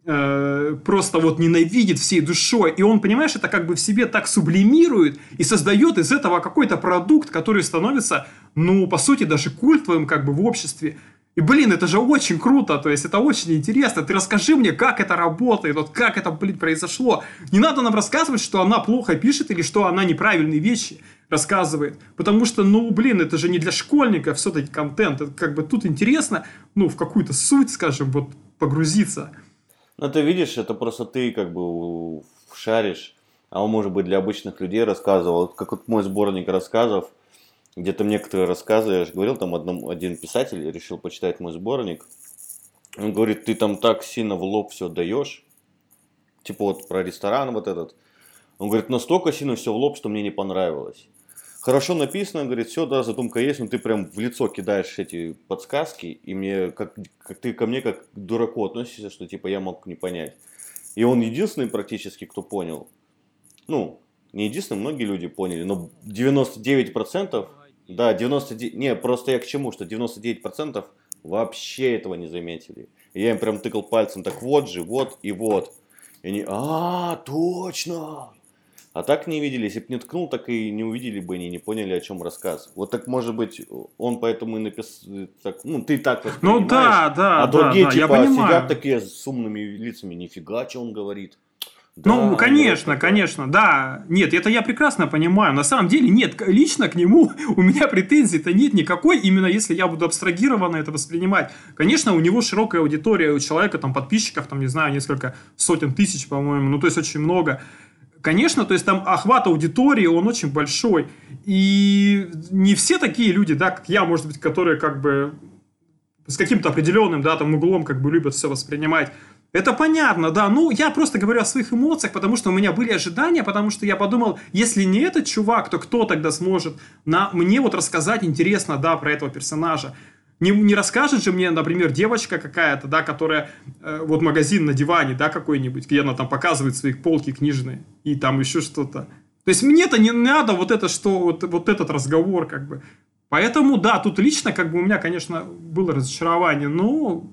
[SPEAKER 3] э, просто вот ненавидит всей душой. И он, понимаешь, это как бы в себе так сублимирует и создает из этого какой-то продукт, который становится, ну, по сути, даже культовым как бы в обществе. И, блин, это же очень круто, то есть это очень интересно. Ты расскажи мне, как это работает, вот как это, блин, произошло. Не надо нам рассказывать, что она плохо пишет или что она неправильные вещи рассказывает. Потому что, ну, блин, это же не для школьников все-таки контент. Это как бы тут интересно, ну, в какую-то суть, скажем, вот погрузиться.
[SPEAKER 2] Ну, ты видишь, это просто ты как бы шаришь, а он, может быть, для обычных людей рассказывал. Как вот мой сборник рассказов, где там некоторые рассказы, я же говорил, там одном, один писатель решил почитать мой сборник. Он говорит, ты там так сильно в лоб все даешь. Типа вот про ресторан вот этот. Он говорит, настолько сильно все в лоб, что мне не понравилось. Хорошо написано, говорит, все, да, задумка есть, но ты прям в лицо кидаешь эти подсказки, и мне, как, как ты ко мне как к дураку относишься, что типа я мог не понять. И он единственный практически, кто понял. Ну, не единственный, многие люди поняли, но девяносто девять процентов... Да, девяносто девять... Не, просто я к чему, что девяносто девять процентов вообще этого не заметили. И я им прям тыкал пальцем, так вот же, вот и вот. И они, а, точно! А так не видели, если бы не ткнул, так и не увидели бы, они не поняли, о чем рассказ. Вот так, может быть, он поэтому и написал, так, ну, ты так воспринимаешь,
[SPEAKER 3] Ну да, да,
[SPEAKER 2] а
[SPEAKER 3] да,
[SPEAKER 2] другие,
[SPEAKER 3] да,
[SPEAKER 2] типа,
[SPEAKER 3] я понимаю.
[SPEAKER 2] сидят такие с умными лицами, нифига, что он говорит.
[SPEAKER 3] Ну,
[SPEAKER 2] Да,
[SPEAKER 3] конечно,
[SPEAKER 2] он
[SPEAKER 3] конечно, да. Нет, это я прекрасно понимаю. На самом деле, нет, к- лично к нему у меня претензий-то нет никакой, именно если я буду абстрагированно это воспринимать. Конечно, у него широкая аудитория, у человека там подписчиков, там, не знаю, несколько сотен тысяч, по-моему, ну, то есть очень много. Конечно, то есть там охват аудитории, он очень большой. И не все такие люди, да, как я, может быть, которые как бы с каким-то определенным, да, там углом как бы любят все воспринимать. Это понятно, да. Ну, я просто говорю о своих эмоциях, потому что у меня были ожидания, потому что я подумал, если не этот чувак, то кто тогда сможет на, мне вот рассказать интересно, да, про этого персонажа. Не, не расскажет же мне, например, девочка какая-то, да, которая, э, вот магазин на диване, да, какой-нибудь, где она там показывает свои полки книжные, и там еще что-то. То есть мне-то не надо вот это, что, вот, вот этот разговор, как бы. Поэтому, да, тут лично, как бы, у меня, конечно, было разочарование, но...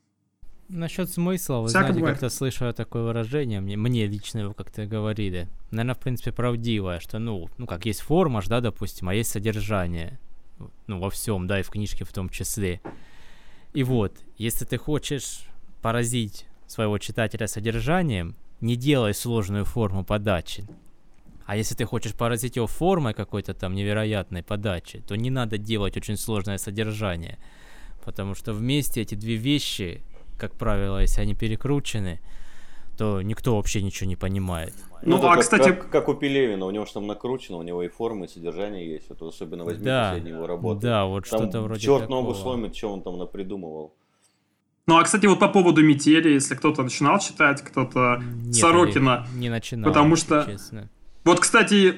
[SPEAKER 1] Насчет смысла, вы
[SPEAKER 3] Всяко
[SPEAKER 1] знаете,
[SPEAKER 3] бывает.
[SPEAKER 1] как-то слышала такое выражение, мне, мне лично его как-то говорили. Наверное, в принципе, правдивое, что, ну, ну, как есть форма, ж, да, допустим, а есть содержание. Ну, во всем, да, и в книжке в том числе. И вот, если ты хочешь поразить своего читателя содержанием, не делай сложную форму подачи. А если ты хочешь поразить его формой какой-то там невероятной подачи, то не надо делать очень сложное содержание. Потому что вместе эти две вещи, как правило, если они перекручены, то никто вообще ничего не понимает.
[SPEAKER 3] Ну,
[SPEAKER 2] это
[SPEAKER 3] а,
[SPEAKER 2] как,
[SPEAKER 3] кстати...
[SPEAKER 2] Как, как у Пелевина, у него же там накручено, у него и формы, и содержание есть. Это особенно возьми
[SPEAKER 1] Да,
[SPEAKER 2] последние его работы.
[SPEAKER 1] да, вот
[SPEAKER 2] там
[SPEAKER 1] что-то вроде
[SPEAKER 2] черт
[SPEAKER 1] такого.
[SPEAKER 2] ногу сломит, что он там напридумывал.
[SPEAKER 3] Ну, а, кстати, вот по поводу «Метели», если кто-то начинал читать, кто-то
[SPEAKER 1] Нет,
[SPEAKER 3] Сорокина.
[SPEAKER 1] Не начинал,
[SPEAKER 3] Потому что...
[SPEAKER 1] честно.
[SPEAKER 3] Вот, кстати,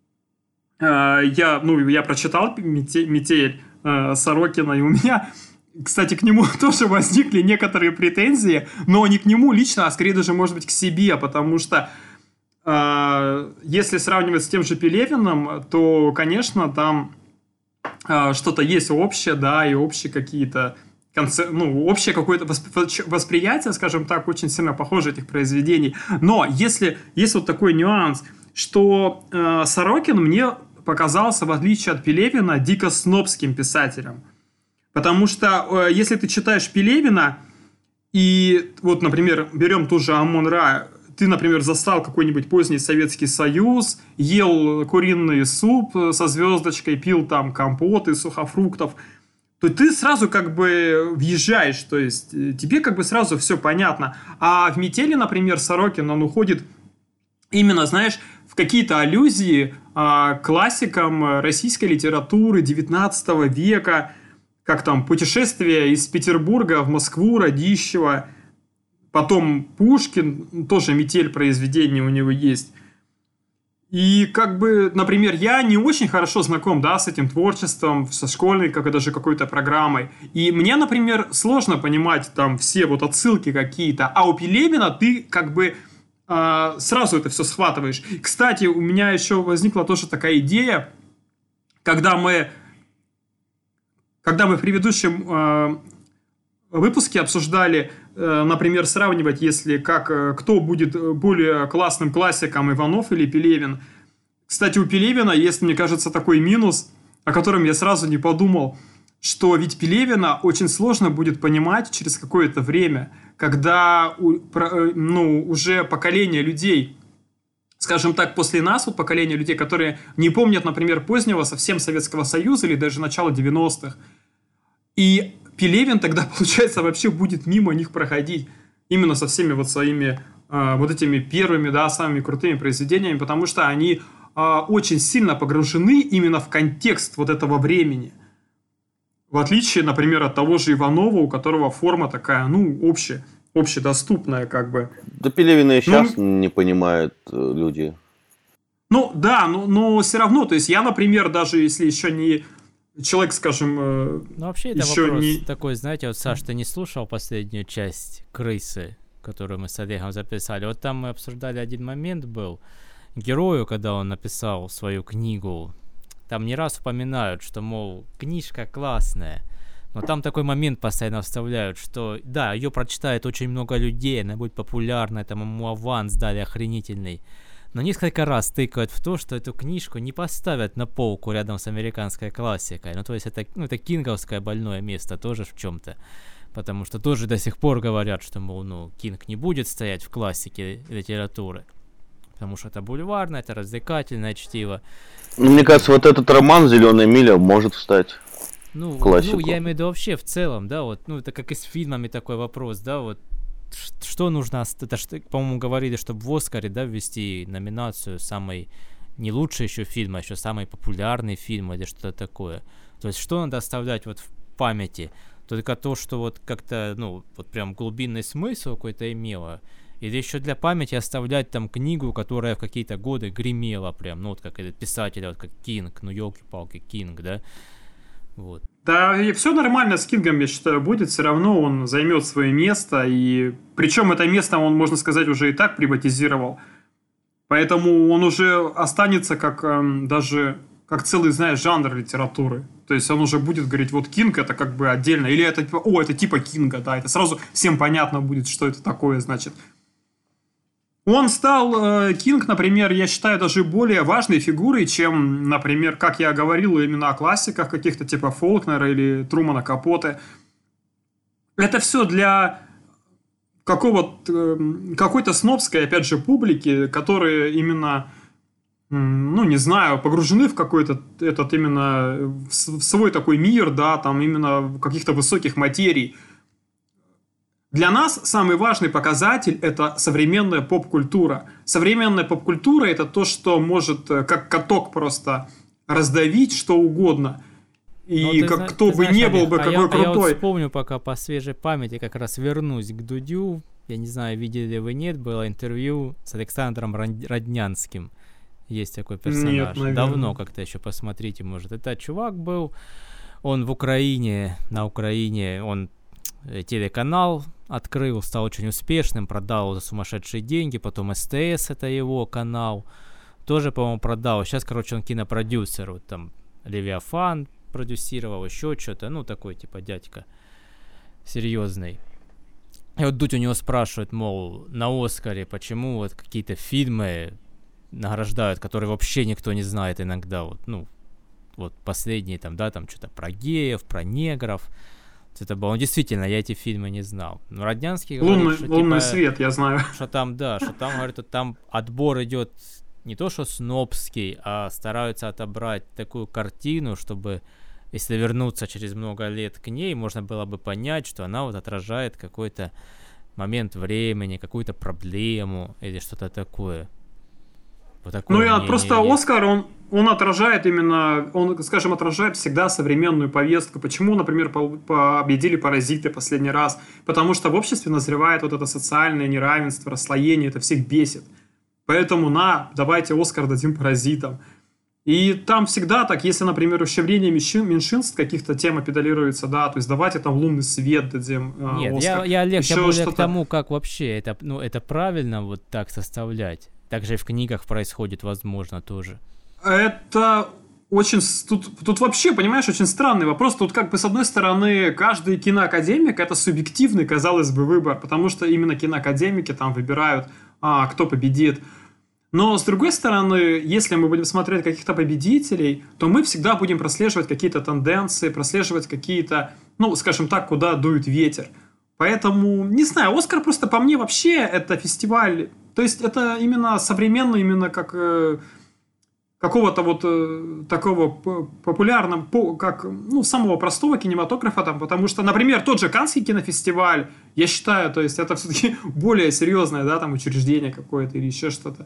[SPEAKER 3] э, я, ну, я прочитал «Мете- «Метель» э, Сорокина, и у меня, кстати, к нему тоже возникли некоторые претензии, но не к нему лично, а скорее даже, может быть, к себе, потому что э, если сравнивать с тем же Пелевиным, то, конечно, там э, что-то есть общее, да, и общие какие-то конце... ну, общее какое-то восп... восприятие, скажем так, очень сильно похоже этих произведений. Но если есть вот такой нюанс, что э, Сорокин мне показался, в отличие от Пелевина, дико снобским писателем. Потому что э, если ты читаешь Пелевина, и вот, например, берем ту же Амон-Ra, ты, например, застал какой-нибудь поздний Советский Союз, ел куриный суп со звездочкой, пил там компот из сухофруктов, то ты сразу как бы въезжаешь, то есть тебе как бы сразу все понятно. А в «Метели», например, Сорокин, он уходит именно, знаешь, в какие-то аллюзии а, к классикам российской литературы девятнадцатого века, как там «Путешествие из Петербурга в Москву» Радищева, потом Пушкин, тоже «Метель» произведение у него есть. И как бы, например, я не очень хорошо знаком, да, с этим творчеством, со школьной, как и даже какой-то программой. И мне, например, сложно понимать там все вот отсылки какие-то. А у Пелевина ты как бы э, сразу это все схватываешь. Кстати, у меня еще возникла тоже такая идея, когда мы, когда мы в предыдущем э, выпуске обсуждали, э, например, сравнивать, если как, э, кто будет более классным классиком, Иванов или Пелевин. Кстати, у Пелевина есть, мне кажется, такой минус, о котором я сразу не подумал, что ведь Пелевина очень сложно будет понимать через какое-то время, когда у, про, ну, уже поколение людей, скажем так, после нас, вот поколение людей, которые не помнят, например, позднего совсем Советского Союза или даже начала девяностых, и Пелевин тогда, получается, вообще будет мимо них проходить. Именно со всеми вот своими э, вот этими первыми, да, самыми крутыми произведениями, потому что они э, очень сильно погружены именно в контекст вот этого времени. В отличие, например, от того же Иванова, у которого форма такая, ну, общая, общедоступная, как бы.
[SPEAKER 2] Да Пелевина и сейчас
[SPEAKER 3] Ну,
[SPEAKER 2] не понимают э, люди.
[SPEAKER 3] Ну, да, но, но все равно, то есть я, например, даже если еще не человек, скажем, э,
[SPEAKER 1] Ну, вообще, это
[SPEAKER 3] еще
[SPEAKER 1] вопрос
[SPEAKER 3] не...
[SPEAKER 1] такой, знаете, вот, Саш, ты не слушал последнюю часть «Крысы», которую мы с Олегом записали? Вот там мы обсуждали один момент был. Герою, когда он написал свою книгу, там не раз упоминают, что, мол, книжка классная, Но там такой момент постоянно вставляют, что, да, ее прочитает очень много людей, она будет популярна, там ему аванс дали охренительный. Но несколько раз тыкают в то, что эту книжку не поставят на полку рядом с американской классикой. Ну, то есть это, ну, это кинговское больное место тоже в чем-то. Потому что тоже до сих пор говорят, что, мол, ну, Кинг не будет стоять в классике литературы. Потому что это бульварное, это развлекательное чтиво.
[SPEAKER 2] Ну, мне кажется, вот этот роман «Зеленая миля» может встать
[SPEAKER 1] ну,
[SPEAKER 2] в классику.
[SPEAKER 1] Ну, я имею в виду вообще в целом, да, вот, ну, это как и с фильмами такой вопрос, да, вот, что нужно, это, по-моему, говорили, чтобы в Оскаре, да, ввести номинацию самый, не лучший еще фильм, а еще самый популярный фильм или что-то такое. То есть, что надо оставлять вот в памяти? Только то, что вот как-то, ну, вот прям глубинный смысл какой-то имело. Или еще для памяти оставлять там книгу, которая в какие-то годы гремела прям, ну, вот как этот писатель, вот как Кинг, ну, елки-палки, Кинг, да, вот.
[SPEAKER 3] Да, и все нормально с Кингом, я считаю, будет, все равно он займет свое место, и причем это место он, можно сказать, уже и так приватизировал, поэтому он уже останется как эм, даже, как целый, знаешь, жанр литературы, то есть он уже будет говорить, вот Кинг это как бы отдельно, или это типа, о, это типа Кинга, да, это сразу всем понятно будет, что это такое, значит. Он стал, э, Кинг, например, я считаю, даже более важной фигурой, чем, например, как я говорил, именно о классиках каких-то типа Фолкнера или Трумана Капоте. Это все для какого-то, э, какой-то снобской, опять же, публики, которые именно, э, ну, не знаю, погружены в какой-то этот именно, в свой такой мир, да, там именно в каких-то высоких материй. Для нас самый важный показатель – это современная поп-культура. Современная поп-культура – это то, что может как каток просто раздавить что угодно. И как, зна- кто бы знаешь, не был бы, а какой я, крутой. А я
[SPEAKER 1] вот вспомню пока по свежей памяти, как раз вернусь к Дудю. Я не знаю, видели ли вы, нет, было интервью с Александром Роднянским. Есть такой персонаж. Нет, давно как-то еще посмотрите, может. Это чувак был, он в Украине, на Украине, он телеканал открыл, стал очень успешным, продал за сумасшедшие деньги, потом СТС, это его канал, тоже, по-моему, продал. Сейчас, короче, он кинопродюсер, вот там Левиафан продюсировал, еще что-то, ну, такой, типа, дядька серьезный. И вот Дудь у него спрашивает, мол, на Оскаре, почему вот какие-то фильмы награждают, которые вообще никто не знает иногда, вот, ну, вот последние там, да, там что-то про геев, про негров. Это было, действительно, я эти фильмы не знал. Но Роднянский говорит,
[SPEAKER 3] лунный,
[SPEAKER 1] что
[SPEAKER 3] лунный
[SPEAKER 1] типа,
[SPEAKER 3] свет, я знаю.
[SPEAKER 1] Что там, да, что там, говорит, там отбор идет не то что снобский, а стараются отобрать такую картину, чтобы, если вернуться через много лет к ней, можно было бы понять, что она вот отражает какой-то момент времени, какую-то проблему или что-то такое. Вот такое
[SPEAKER 3] ну, я просто есть. Оскар, он, он отражает именно, он, скажем, отражает всегда современную повестку. Почему, например, победили «Паразиты» последний раз? Потому что в обществе назревает вот это социальное неравенство, расслоение, это всех бесит. Поэтому на, давайте Оскар дадим «Паразитам». И там всегда так, если, например, ущемление меньшинств, каких-то тема педалируется, да, то есть давайте там «Лунный свет» дадим э,
[SPEAKER 1] Нет,
[SPEAKER 3] Оскар.
[SPEAKER 1] я, я, Олег, я более к тому, как вообще это, ну, это правильно вот так составлять. Также и в книгах происходит, возможно, тоже.
[SPEAKER 3] Это очень... Тут, тут вообще, понимаешь, очень странный вопрос. Тут как бы, с одной стороны, каждый киноакадемик — это субъективный, казалось бы, выбор, потому что именно киноакадемики там выбирают, а, кто победит. Но, с другой стороны, если мы будем смотреть каких-то победителей, то мы всегда будем прослеживать какие-то тенденции, прослеживать какие-то, ну, скажем так, куда дует ветер. Поэтому, не знаю, «Оскар» просто по мне вообще это фестиваль... То есть это именно современно, именно как э, какого-то вот э, такого популярного, по, как, ну, самого простого кинематографа, там, потому что, например, тот же Каннский кинофестиваль, я считаю, то есть это все-таки более серьезное, да, там, учреждение какое-то или еще что-то.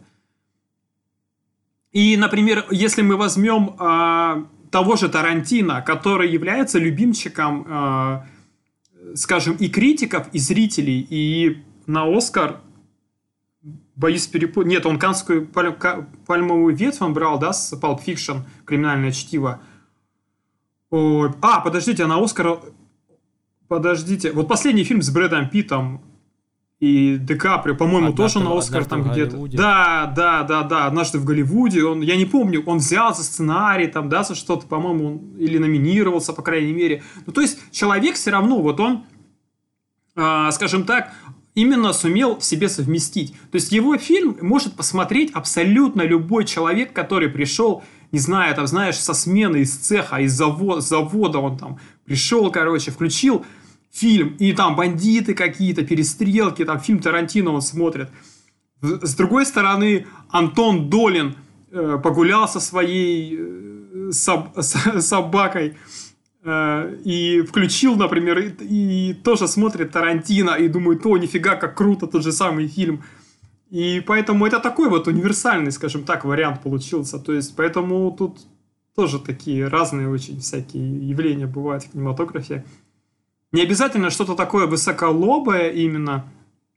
[SPEAKER 3] И, например, если мы возьмем э, того же Тарантино, который является любимчиком, э, скажем, и критиков, и зрителей, и на «Оскар», боюсь перепутать. Нет, он каннскую паль... пальмовую ветвь он брал, да, с Pulp Fiction, криминальное чтиво. Ой. А, подождите, а на «Оскар... Подождите. Вот последний фильм с Брэдом Питтом. И Ди Каприо, по-моему,
[SPEAKER 1] Однажды
[SPEAKER 3] тоже
[SPEAKER 1] в-
[SPEAKER 3] на Оскар
[SPEAKER 1] однажды
[SPEAKER 3] там
[SPEAKER 1] в
[SPEAKER 3] где-то.
[SPEAKER 1] Голливуде.
[SPEAKER 3] Да, да, да, да. Однажды в Голливуде. Он, я не помню, он взял за сценарий, там, да, за что-то, по-моему, он или номинировался, по крайней мере. Ну, то есть, человек все равно, вот он, а, скажем так, именно сумел в себе совместить. То есть, его фильм может посмотреть абсолютно любой человек, который пришел, не знаю, там, знаешь, со смены из цеха, из заво- завода он там пришел, короче, включил фильм, и там бандиты какие-то, перестрелки, там фильм Тарантино он смотрит. С другой стороны, Антон Долин э, погулял со своей э, соб- с- собакой э, и включил, например, и, и тоже смотрит Тарантино и думает, о, нифига, как круто, тот же самый фильм. И поэтому это такой вот универсальный, скажем так, вариант получился. То есть, поэтому тут тоже такие разные очень всякие явления бывают в кинематографе. Не обязательно что-то такое высоколобое именно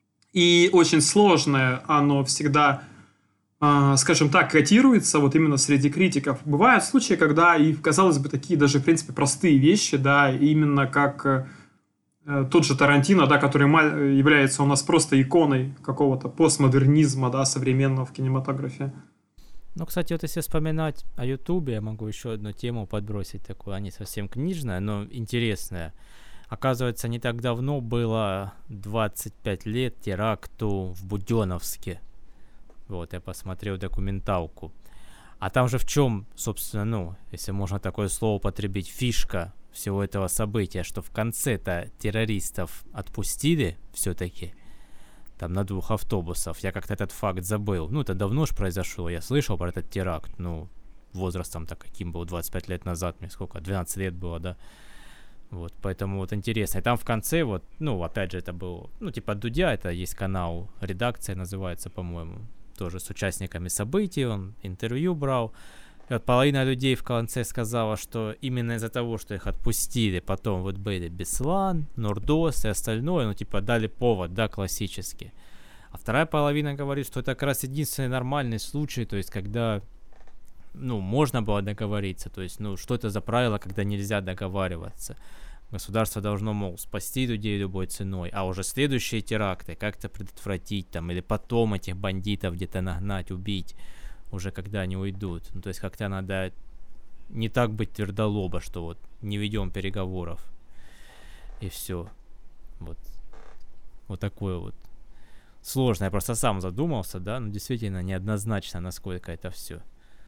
[SPEAKER 3] и очень сложное, оно всегда, э, скажем так, котируется вот именно среди критиков. Бывают случаи, когда и, казалось бы, такие даже, в принципе, простые вещи, да, именно как э, тот же Тарантино, да, который ма- является у нас просто иконой какого-то постмодернизма, да, современного в кинематографе.
[SPEAKER 1] Ну, кстати, вот если вспоминать о Ютубе, я могу еще одну тему подбросить такую, а не совсем книжная, но интересная. Оказывается, не так давно было двадцать пять лет теракту в Буденновске. Вот, я посмотрел документалку. А там же в чем, собственно, ну, если можно такое слово употребить, фишка всего этого события, что в конце-то террористов отпустили все-таки, там на двух автобусов. Я как-то этот факт забыл. Ну, это давно же произошло, я слышал про этот теракт, ну, возрастом-то каким был, двадцать пять лет назад, мне сколько, двенадцать лет было, да. Вот, поэтому вот интересно. И там в конце вот, ну, опять же, это был, ну, типа Дудя, это есть канал, редакция называется, по-моему, тоже с участниками событий, он интервью брал. И вот половина людей в конце сказала, что именно из-за того, что их отпустили, потом вот были Беслан, Нурдос и остальное, ну, типа, дали повод, да, классически. А вторая половина говорит, что это как раз единственный нормальный случай, то есть, когда, ну, можно было договориться, то есть, ну, что это за правило, когда нельзя договариваться. Государство должно, мол, спасти людей любой ценой, а уже следующие теракты как-то предотвратить там, или потом этих бандитов где-то нагнать, убить, уже когда они уйдут. Ну, то есть как-то надо не так быть твердолобо, что вот не ведем переговоров, и все. Вот. Вот такое вот. Сложно, я просто сам задумался, да, но действительно неоднозначно, насколько это все.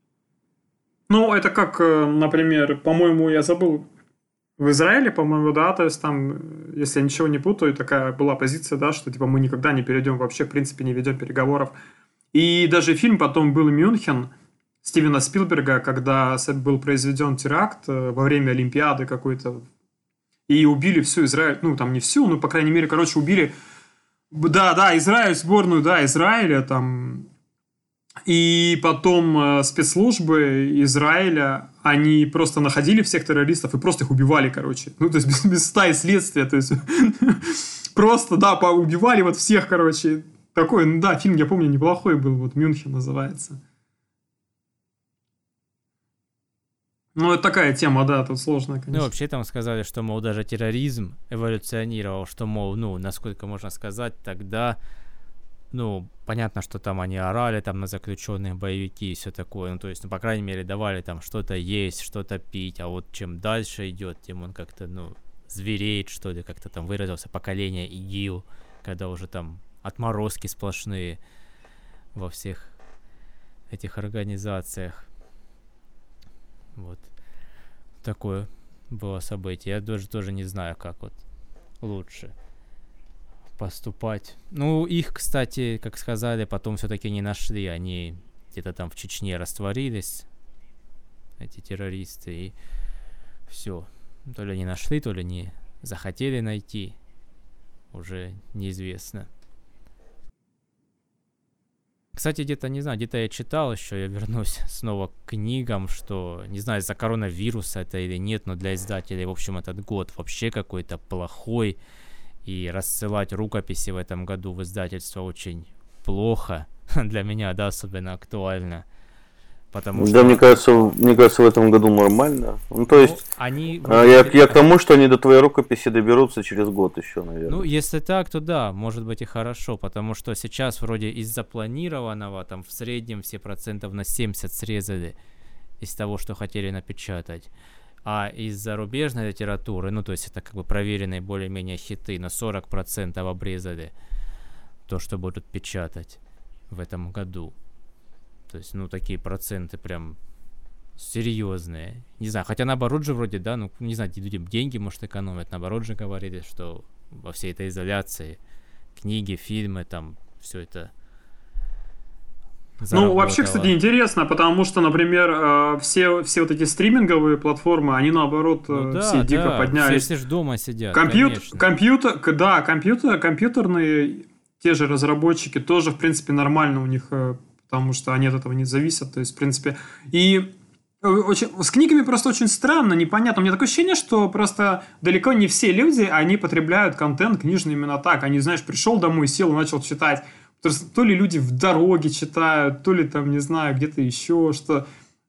[SPEAKER 3] Ну, это как, э, например, по-моему, я забыл, в Израиле, по-моему, да, то есть там, э, если я ничего не путаю, такая была позиция, да, что типа мы никогда не перейдем, вообще, в принципе, не ведем переговоров. И даже фильм потом был «Мюнхен» Стивена Спилберга, когда с- был произведен теракт э, во время Олимпиады какой-то, и убили всю Израиль, ну, там не всю, ну, по крайней мере, короче, убили, б- да, да, Израиль, сборную, да, Израиля, там, и потом э, спецслужбы Израиля, они просто находили всех террористов и просто их убивали, короче. Ну, то есть без, без стаи следствия, то есть просто, да, поубивали вот всех, короче. Такой, ну да, фильм, я помню, неплохой был, вот «Мюнхен» называется. Ну, это такая тема, да, тут сложная,
[SPEAKER 1] Ну,
[SPEAKER 3] конечно.
[SPEAKER 1] вообще там сказали, что, мол, даже терроризм эволюционировал, что, мол, ну, насколько можно сказать, тогда, ну, понятно, что там они орали там на заключенных, боевики и все такое, ну, то есть, ну, по крайней мере, давали там что-то есть, что-то пить, а вот чем дальше идет, тем он как-то, ну, звереет, что ли, как-то там выразился, поколение ИГИЛ, когда уже там отморозки сплошные во всех этих организациях. Вот. Такое было событие. Я даже тоже не знаю, как вот лучше поступать. Ну, их, кстати, как сказали, потом все-таки не нашли. Они где-то там в Чечне растворились, эти террористы, и все. То ли не нашли, то ли не захотели найти. Уже неизвестно. Кстати, где-то, не знаю, где-то я читал еще, я вернусь снова к книгам, что, не знаю, из-за коронавируса это или нет, но для издателей, в общем, этот год вообще какой-то плохой, и рассылать рукописи в этом году в издательство очень плохо, для меня, да, особенно актуально, Потому
[SPEAKER 2] Да, мне
[SPEAKER 1] что,
[SPEAKER 2] кажется, в- мне кажется, в этом году нормально. Ну, то
[SPEAKER 1] ну,
[SPEAKER 2] есть,
[SPEAKER 1] они
[SPEAKER 2] а,
[SPEAKER 1] вроде
[SPEAKER 2] я,
[SPEAKER 1] бы...
[SPEAKER 2] я к тому, что они до твоей рукописи доберутся через год еще,
[SPEAKER 1] Ну,
[SPEAKER 2] наверное.
[SPEAKER 1] если так, то да, может быть и хорошо, потому что сейчас вроде из запланированного там в среднем все процентов на семьдесят срезали из того, что хотели напечатать. А из зарубежной литературы, ну, то есть это как бы проверенные более-менее хиты, на сорок процентов обрезали то, что будут печатать в этом году. То есть, ну, такие проценты прям серьезные. Не знаю, хотя наоборот же вроде, да, ну, не знаю, люди деньги, может, экономят. Наоборот же говорили, что во всей этой изоляции книги, фильмы, там, все это
[SPEAKER 3] Ну, вообще, кстати,
[SPEAKER 1] заработало.
[SPEAKER 3] интересно, потому что, например, э, все, все вот эти стриминговые платформы, они, наоборот,
[SPEAKER 1] Ну
[SPEAKER 3] э,
[SPEAKER 1] да,
[SPEAKER 3] все дико
[SPEAKER 1] да, все,
[SPEAKER 3] поднялись.
[SPEAKER 1] все ж дома сидят,
[SPEAKER 3] Компьютер,
[SPEAKER 1] конечно.
[SPEAKER 3] компьютер, к- да, компьютер, компьютерные, те же разработчики тоже, в принципе, нормально у них, э, потому что они от этого не зависят. То есть, в принципе, и э, очень, с книгами просто очень странно, непонятно. У меня такое ощущение, что просто далеко не все люди, они потребляют контент книжный именно так. Они, знаешь, пришел домой, сел и начал читать. То, есть, то ли люди в дороге читают, то ли там, не знаю, где-то еще что.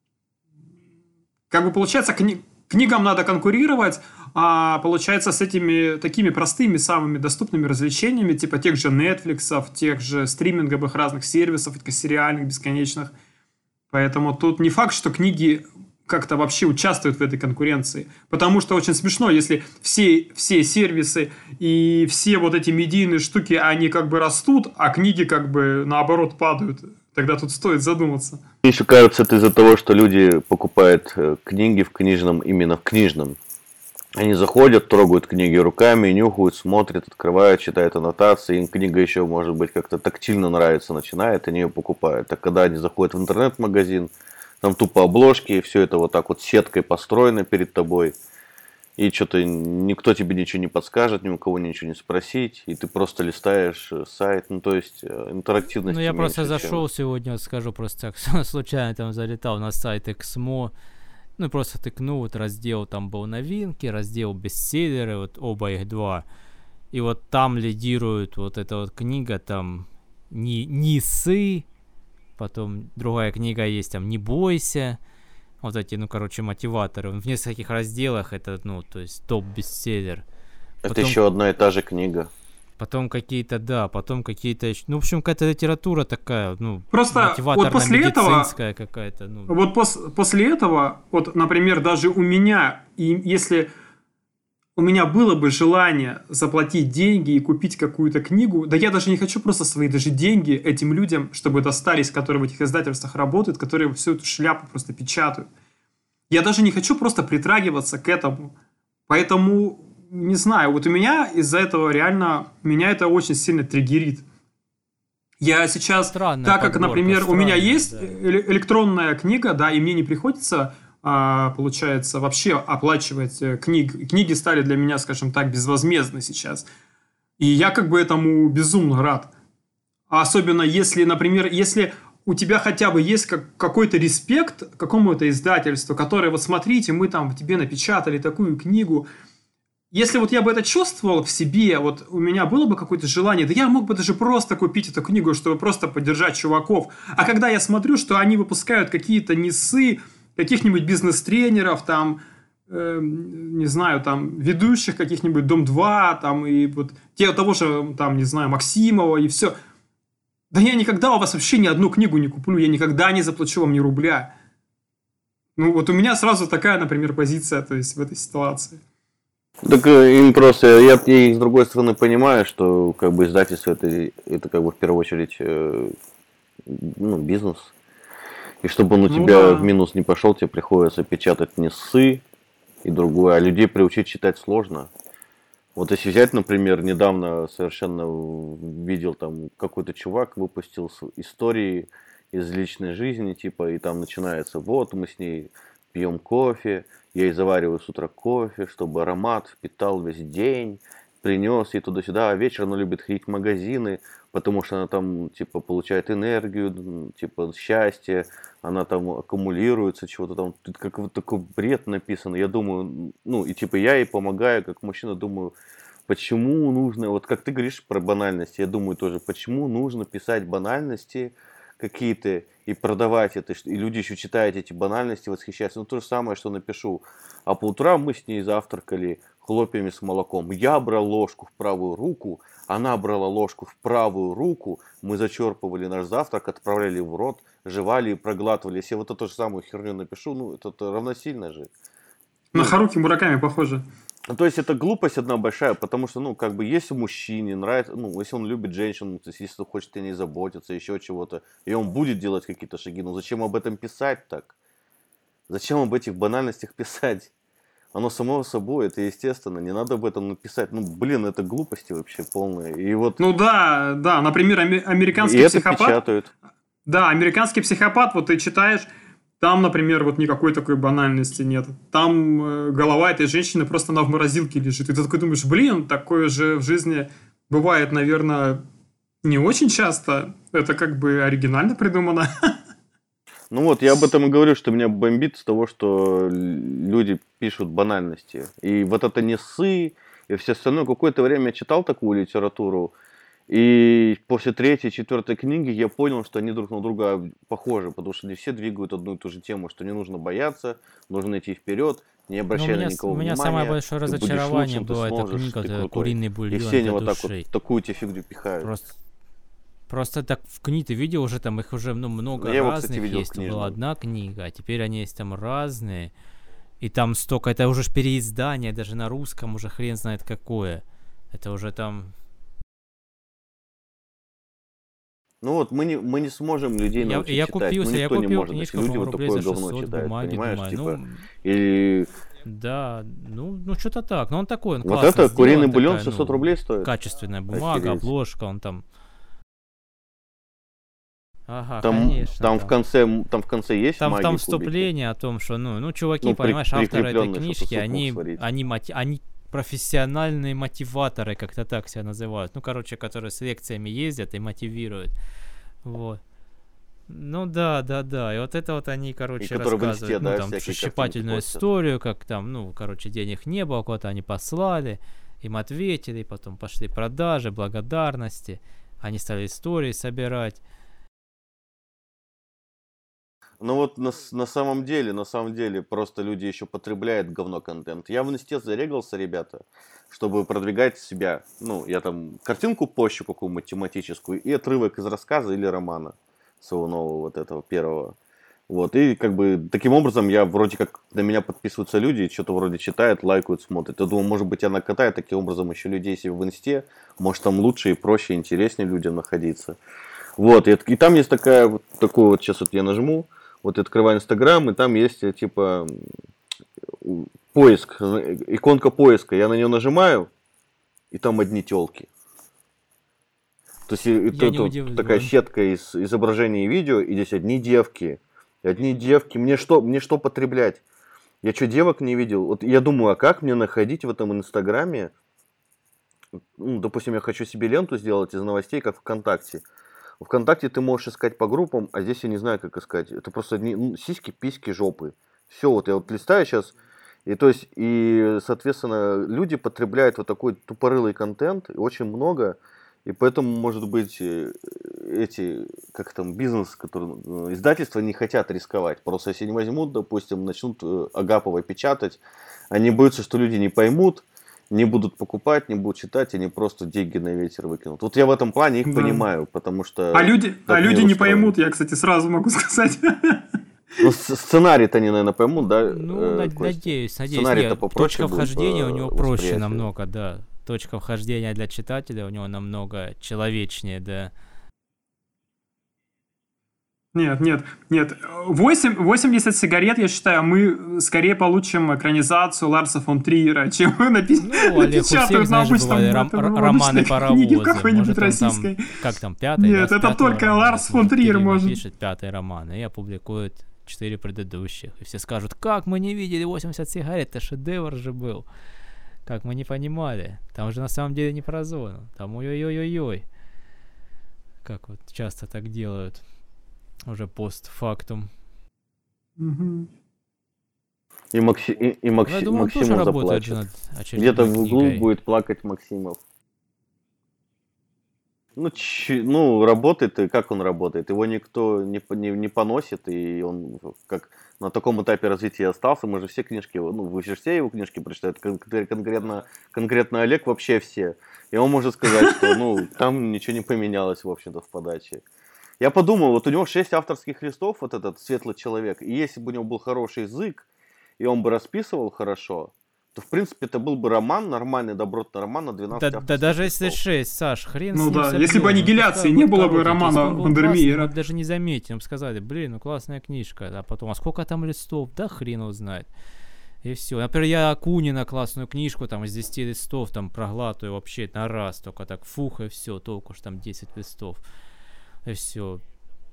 [SPEAKER 3] Как бы получается, кни- книгам надо конкурировать, а получается с этими такими простыми, самыми доступными развлечениями, типа тех же Netflix, тех же стриминговых разных сервисов, сериальных, бесконечных. Поэтому тут не факт, что книги как-то вообще участвуют в этой конкуренции. Потому что очень смешно, если все, все сервисы и все вот эти медийные штуки, они как бы растут, а книги как бы наоборот падают. Тогда тут стоит задуматься.
[SPEAKER 2] Мне еще кажется, это из-за того, что люди покупают э, книги в книжном, именно в книжном. Они заходят, трогают книги руками, нюхают, смотрят, открывают, читают аннотации. Им книга еще, может быть, как-то тактильно нравится, начинает, они ее покупают. А когда они заходят в интернет-магазин, там тупо обложки, и все это вот так вот сеткой построено перед тобой. И что-то никто тебе ничего не подскажет, ни у кого ничего не спросить. И ты просто листаешь э, сайт. Ну, то есть, э, интерактивности
[SPEAKER 1] Ну, я просто
[SPEAKER 2] меньше, чем-
[SPEAKER 1] зашел сегодня, вот скажу, просто так случайно там залетал на сайт Эксмо. Ну, и просто тыкнул, вот раздел там был новинки, раздел бестселлеры, вот оба их два. И вот там лидирует вот эта вот книга, там «Не, не ссы», потом другая книга есть, там «Не бойся». Вот эти, ну, короче, мотиваторы. В нескольких разделах это, ну, то есть топ-бестселлер.
[SPEAKER 2] Это
[SPEAKER 1] Потом-
[SPEAKER 2] еще одна и та же книга.
[SPEAKER 1] Потом какие-то, да, потом какие-то, ещё- ну, в общем, какая-то литература такая, ну,
[SPEAKER 3] Просто вот после этого-
[SPEAKER 1] мотиваторно-медицинская какая-то, ну.
[SPEAKER 3] Вот пос- после этого, вот, например, даже у меня, и если у меня было бы желание заплатить деньги и купить какую-то книгу, да я даже не хочу просто свои даже деньги этим людям, чтобы достались, которые в этих издательствах работают, которые всю эту шляпу просто печатают. Я даже не хочу просто притрагиваться к этому. Поэтому, не знаю, вот у меня из-за этого реально, меня это очень сильно триггерит. Я сейчас,
[SPEAKER 1] Странная
[SPEAKER 3] так как,
[SPEAKER 1] подборка,
[SPEAKER 3] например, у меня
[SPEAKER 1] странная,
[SPEAKER 3] есть
[SPEAKER 1] да.
[SPEAKER 3] эле- электронная книга, да, и мне не приходится, а, получается, вообще оплачивать э, книг. Книги стали для меня, скажем так, безвозмездны сейчас. И я как бы этому безумно рад. А особенно если, например, если у тебя хотя бы есть как, какой-то респект какому-то издательству, которое, вот смотрите, мы там тебе напечатали такую книгу. Если вот я бы это чувствовал в себе, вот у меня было бы какое-то желание, да я мог бы даже просто купить эту книгу, чтобы просто поддержать чуваков. А когда я смотрю, что они выпускают какие-то несы, каких-нибудь бизнес-тренеров, там, э, не знаю, там, ведущих каких-нибудь Дом два, там, и вот те, того же, там, не знаю, Максимова, и все. Да я никогда у вас вообще ни одну книгу не куплю, я никогда не заплачу вам ни рубля. Ну, вот у меня сразу такая, например, позиция, то есть, в этой ситуации.
[SPEAKER 2] Так э, им просто, я, я и с другой стороны понимаю, что как бы издательство это, это как бы в первую очередь э, ну, бизнес. И чтобы он у
[SPEAKER 3] Ну
[SPEAKER 2] тебя
[SPEAKER 3] да.
[SPEAKER 2] в минус не пошел, тебе приходится печатать не ссы и другое, а людей приучить читать сложно. Вот если взять, например, недавно совершенно видел там какой-то чувак выпустил с- истории из личной жизни, типа, и там начинается, вот мы с ней пьем кофе, я ей завариваю с утра кофе, чтобы аромат впитал весь день, принес ей туда-сюда, а вечером она любит ходить в магазины, потому что она там, типа, получает энергию, м, типа, счастье, она там аккумулируется, чего-то там, тут как вот такой бред написан, я думаю, ну, и типа я ей помогаю, как мужчина, думаю, почему нужно, вот как ты говоришь про банальности, я думаю тоже, почему нужно писать банальности, какие-то и продавать это, и люди еще читают эти банальности, восхищаются. Ну, то же самое, что напишу. А по утрам мы с ней завтракали хлопьями с молоком. Я брал ложку в правую руку, она брала ложку в правую руку, мы зачерпывали наш завтрак, отправляли в рот, жевали и проглатывали. Если я вот эту же самую херню напишу, ну, это, это равносильно же.
[SPEAKER 3] На
[SPEAKER 2] Ну,
[SPEAKER 3] Харуки Мураками похоже.
[SPEAKER 2] ну, то есть это глупость одна большая, потому что, ну, как бы, если мужчине нравится, ну, если он любит женщину, то есть если он хочет о ней заботиться, еще чего-то, и он будет делать какие-то шаги, ну, зачем об этом писать так? Зачем об этих банальностях писать? Оно само собой, это естественно, не надо об этом написать. Ну, блин, это глупости вообще полные. И вот,
[SPEAKER 3] Ну да, да, например, аме-
[SPEAKER 2] и
[SPEAKER 3] американский
[SPEAKER 2] это
[SPEAKER 3] психопат.
[SPEAKER 2] печатают.
[SPEAKER 3] Да, американский психопат, вот ты читаешь, там, например, вот никакой такой банальности нет. Там э, голова этой женщины просто она в морозилке лежит. И ты такой думаешь, блин, такое же в жизни бывает, наверное, не очень часто. Это как бы оригинально придумано.
[SPEAKER 2] Ну вот, я об этом и говорю, что меня бомбит с того, что люди пишут банальности. И вот это не ссы, и все остальное. Какое-то время я читал такую литературу, и после третьей, четвертой книги я понял, что они друг на друга похожи, потому что они все двигают одну и ту же тему, что не нужно бояться, нужно идти вперед, не
[SPEAKER 1] Ну, у
[SPEAKER 2] обращай на
[SPEAKER 1] меня, с-
[SPEAKER 2] никого
[SPEAKER 1] у меня самое
[SPEAKER 2] внимания,
[SPEAKER 1] большое
[SPEAKER 2] ты будешь
[SPEAKER 1] разочарование
[SPEAKER 2] лучшим, ты
[SPEAKER 1] было, это
[SPEAKER 2] сможешь,
[SPEAKER 1] книга
[SPEAKER 2] ты
[SPEAKER 1] вот,
[SPEAKER 2] крутой.
[SPEAKER 1] «Куриный
[SPEAKER 2] И
[SPEAKER 1] бульон
[SPEAKER 2] все они
[SPEAKER 1] для
[SPEAKER 2] вот так вот
[SPEAKER 1] души».
[SPEAKER 2] такую тебе фигню пихают.
[SPEAKER 1] Просто, просто так в книге ты видел уже там их уже ну, много
[SPEAKER 2] Я его, кстати,
[SPEAKER 1] разных
[SPEAKER 2] видел в
[SPEAKER 1] есть. Была
[SPEAKER 2] книжном.
[SPEAKER 1] одна книга, а теперь они есть там разные. И там столько, это уже ж переиздание, даже на русском уже хрен знает какое. Это уже там...
[SPEAKER 2] Ну вот мы не, мы не сможем людей
[SPEAKER 1] Я,
[SPEAKER 2] научить
[SPEAKER 1] я
[SPEAKER 2] читать,
[SPEAKER 1] купился,
[SPEAKER 2] ну
[SPEAKER 1] я
[SPEAKER 2] никто не
[SPEAKER 1] купил
[SPEAKER 2] может, если
[SPEAKER 1] книжку,
[SPEAKER 2] люди
[SPEAKER 1] по-моему,
[SPEAKER 2] вот
[SPEAKER 1] рублей
[SPEAKER 2] такое
[SPEAKER 1] за
[SPEAKER 2] говно
[SPEAKER 1] шестьсот
[SPEAKER 2] читают,
[SPEAKER 1] бумаги,
[SPEAKER 2] понимаешь,
[SPEAKER 1] думаю,
[SPEAKER 2] типа,
[SPEAKER 1] ну,
[SPEAKER 2] и
[SPEAKER 1] да, ну, ну что-то так. Но он такой, он
[SPEAKER 2] вот
[SPEAKER 1] классно
[SPEAKER 2] это куриный
[SPEAKER 1] сделан,
[SPEAKER 2] бульон
[SPEAKER 1] такая,
[SPEAKER 2] шестьсот
[SPEAKER 1] ну,
[SPEAKER 2] рублей стоит,
[SPEAKER 1] качественная бумага,
[SPEAKER 2] охереть.
[SPEAKER 1] обложка, он там... Ага,
[SPEAKER 2] Там,
[SPEAKER 1] конечно,
[SPEAKER 2] там в
[SPEAKER 1] там.
[SPEAKER 2] конце, м, там в конце есть
[SPEAKER 1] Там,
[SPEAKER 2] магии,
[SPEAKER 1] там
[SPEAKER 2] кубики?
[SPEAKER 1] вступление о том, что, ну, ну чуваки,
[SPEAKER 2] Ну, при-
[SPEAKER 1] понимаешь, авторы этой
[SPEAKER 2] прикрепленные, что-то
[SPEAKER 1] книжки,
[SPEAKER 2] суп
[SPEAKER 1] они,
[SPEAKER 2] сварить.
[SPEAKER 1] они, мати- они профессиональные мотиваторы, как-то так себя называют. Ну, короче, которые с лекциями ездят и мотивируют. Вот. Ну да, да, да. И вот это вот они, короче,
[SPEAKER 2] которые в инсте,
[SPEAKER 1] рассказывают, ну,
[SPEAKER 2] да,
[SPEAKER 1] там,
[SPEAKER 2] всякие
[SPEAKER 1] ощипательную
[SPEAKER 2] картинки постят.
[SPEAKER 1] историю, как там, ну, короче, денег не было, куда-то они послали, им ответили, потом пошли продажи, благодарности, они стали истории собирать.
[SPEAKER 2] Ну вот на, с- на самом деле, на самом деле, просто люди еще потребляют говно контент. Я в инсте зарегался, ребята, чтобы продвигать себя. Ну, я там картинку пощу какую-нибудь тематическую и отрывок из рассказа или романа своего нового вот этого первого. Вот, и как бы таким образом я вроде как на меня подписываются люди, что-то вроде читают, лайкают, смотрят. Я думаю, может быть, я накатаю таким образом еще людей себе в инсте, может там лучше и проще, интереснее людям находиться. Вот, и, и там есть такая, вот, такой вот, сейчас вот я нажму, вот я открываю Инстаграм, и там есть э, типа м, поиск, э, иконка поиска, я на нее нажимаю, и там одни телки. То есть и- и
[SPEAKER 1] Я
[SPEAKER 2] тут
[SPEAKER 1] не
[SPEAKER 2] вот
[SPEAKER 1] удивлен.
[SPEAKER 2] такая сетка из изображений и видео, и здесь одни девки. И одни девки. Мне что, мне что потреблять? Я что, девок не видел? Вот я думаю, а как мне находить в этом Инстаграме? Ну, допустим, я хочу себе ленту сделать из новостей, как ВКонтакте. ВКонтакте ты можешь искать по группам, а здесь я не знаю, как искать. Это просто одни, ну, сиськи, письки, жопы. Все, вот я вот листаю сейчас. И то есть, и, соответственно, люди потребляют вот такой тупорылый контент, и очень много. И поэтому, может быть, э, эти, как там, бизнес, которые, э, издательства не хотят рисковать. Просто если не возьмут, допустим, начнут э, Агаповой печатать, они боятся, что люди не поймут, не будут покупать, не будут читать, они просто деньги на ветер выкинут. Вот я в этом плане их
[SPEAKER 3] Да.
[SPEAKER 2] понимаю, потому что...
[SPEAKER 3] А люди,
[SPEAKER 2] так
[SPEAKER 3] а
[SPEAKER 2] мир
[SPEAKER 3] люди не
[SPEAKER 2] устроен.
[SPEAKER 3] поймут, я, кстати, сразу могу сказать.
[SPEAKER 2] Ну, с- сценарий-то они, наверное, поймут, да?
[SPEAKER 1] Ну,
[SPEAKER 2] э,
[SPEAKER 1] над-
[SPEAKER 2] Костя?
[SPEAKER 1] надеюсь, надеюсь.
[SPEAKER 2] Сценарий-то
[SPEAKER 1] Нет,
[SPEAKER 2] попроще
[SPEAKER 1] точка
[SPEAKER 2] будет
[SPEAKER 1] вхождения
[SPEAKER 2] по
[SPEAKER 1] у него проще
[SPEAKER 2] восприятию.
[SPEAKER 1] намного, да. Точка вхождения для читателя у него намного человечнее, да.
[SPEAKER 3] Нет, нет, нет. восемь, восемьдесят сигарет, я считаю, мы скорее получим экранизацию Ларса фон Триера, чем напи-
[SPEAKER 1] Ну, Олег, у всех,
[SPEAKER 3] напечатают на
[SPEAKER 1] знаешь,
[SPEAKER 3] обычном
[SPEAKER 1] бывали ром-
[SPEAKER 3] этом,
[SPEAKER 1] р-
[SPEAKER 3] в
[SPEAKER 1] романы
[SPEAKER 3] обычной книге
[SPEAKER 1] паровозы.
[SPEAKER 3] какой-нибудь
[SPEAKER 1] Может, он
[SPEAKER 3] российской.
[SPEAKER 1] там, как там, пятый,
[SPEAKER 3] Нет,
[SPEAKER 1] да, с
[SPEAKER 3] это
[SPEAKER 1] пятого
[SPEAKER 3] только
[SPEAKER 1] романа,
[SPEAKER 3] Ларс фон
[SPEAKER 1] может,
[SPEAKER 3] Триер
[SPEAKER 1] или
[SPEAKER 3] может.
[SPEAKER 1] напишет пятый роман, и опубликует четыре предыдущих. И все скажут, как мы не видели восемьдесят сигарет, это шедевр же был. Как мы не понимали. Там же на самом деле не про зону. Там ой-ой-ой-ой-ой. Как вот часто так делают. Уже постфактум.
[SPEAKER 3] Мгм.
[SPEAKER 2] И, Макси... и, и Макси...
[SPEAKER 1] Ну, я думаю, он тоже
[SPEAKER 2] Максиму
[SPEAKER 1] работает же
[SPEAKER 2] заплачет.
[SPEAKER 1] над очередной
[SPEAKER 2] Где-то в углу
[SPEAKER 1] книгой.
[SPEAKER 2] будет плакать Максимов. Ну, ч- ну, работает, и как он работает? Его никто не, по- не, не поносит, и он как на таком этапе развития остался. Мы же все книжки, его- ну, вы же все его книжки прочитают, кон- кон- конкретно, конкретно Олег вообще все. И он может сказать, что, ну, там ничего не поменялось, в общем-то, в подаче. Я подумал, вот у него шесть авторских листов, вот этот «Светлый человек», и если бы у него был хороший язык, и он бы расписывал хорошо, то, в принципе, это был бы роман, нормальный, добротный роман на двенадцать
[SPEAKER 1] Да, да
[SPEAKER 2] авторских
[SPEAKER 1] даже если
[SPEAKER 2] листов.
[SPEAKER 1] шесть, Саш, хрен
[SPEAKER 3] Ну
[SPEAKER 1] с ним
[SPEAKER 3] да,
[SPEAKER 1] собьем.
[SPEAKER 3] если бы
[SPEAKER 1] Ну,
[SPEAKER 3] аннигиляции
[SPEAKER 1] пускай
[SPEAKER 3] не
[SPEAKER 1] будет
[SPEAKER 3] было бы
[SPEAKER 1] коротенький.
[SPEAKER 3] романа
[SPEAKER 1] Если он был
[SPEAKER 3] Вандермеера.
[SPEAKER 1] классный, мы бы даже не заметили, мы бы сказали, блин, ну классная книжка, а потом, а сколько там листов, да хрен его знает. И все. Например, я Акунина классную книжку там из десяти листов там проглатываю вообще на раз, только так фух и все, толку ж там десять листов. И все.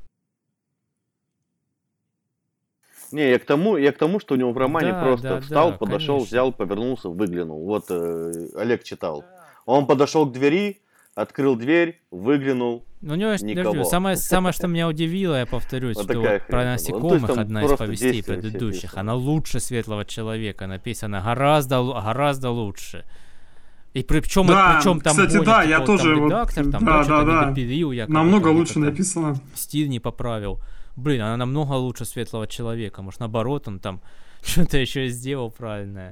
[SPEAKER 2] Не, я к тому, я к тому, что у него в романе
[SPEAKER 1] Да,
[SPEAKER 2] просто
[SPEAKER 1] да,
[SPEAKER 2] встал,
[SPEAKER 1] да,
[SPEAKER 2] подошел,
[SPEAKER 1] конечно.
[SPEAKER 2] взял, повернулся, выглянул. Вот э, Олег читал. Он подошел к двери, открыл дверь, выглянул.
[SPEAKER 1] Ну, у него, я ж
[SPEAKER 2] Никого.
[SPEAKER 1] говорю, самое, самое, что меня удивило, я повторюсь,
[SPEAKER 2] Вот
[SPEAKER 1] что
[SPEAKER 2] такая
[SPEAKER 1] вот про
[SPEAKER 2] хрень была. Ну, то
[SPEAKER 1] насекомых
[SPEAKER 2] есть там
[SPEAKER 1] одна из
[SPEAKER 2] просто
[SPEAKER 1] повестей
[SPEAKER 2] действия все
[SPEAKER 1] предыдущих,
[SPEAKER 2] описаны.
[SPEAKER 1] она лучше «Светлого человека», написана гораздо, лу- гораздо лучше. И причем,
[SPEAKER 3] Да,
[SPEAKER 1] причем там
[SPEAKER 3] кстати,
[SPEAKER 1] гонят,
[SPEAKER 3] да,
[SPEAKER 1] типа,
[SPEAKER 3] я
[SPEAKER 1] вот
[SPEAKER 3] тоже
[SPEAKER 1] там
[SPEAKER 3] вот-
[SPEAKER 1] редактор, там,
[SPEAKER 3] да,
[SPEAKER 1] да, что-то
[SPEAKER 3] да,
[SPEAKER 1] не
[SPEAKER 3] да.
[SPEAKER 1] допилил, якобы,
[SPEAKER 3] Намного
[SPEAKER 1] там
[SPEAKER 3] лучше
[SPEAKER 1] где-то там
[SPEAKER 3] написано.
[SPEAKER 1] стиль не поправил. Блин, она намного лучше «Светлого человека», может, наоборот, он там что-то еще и сделал правильное.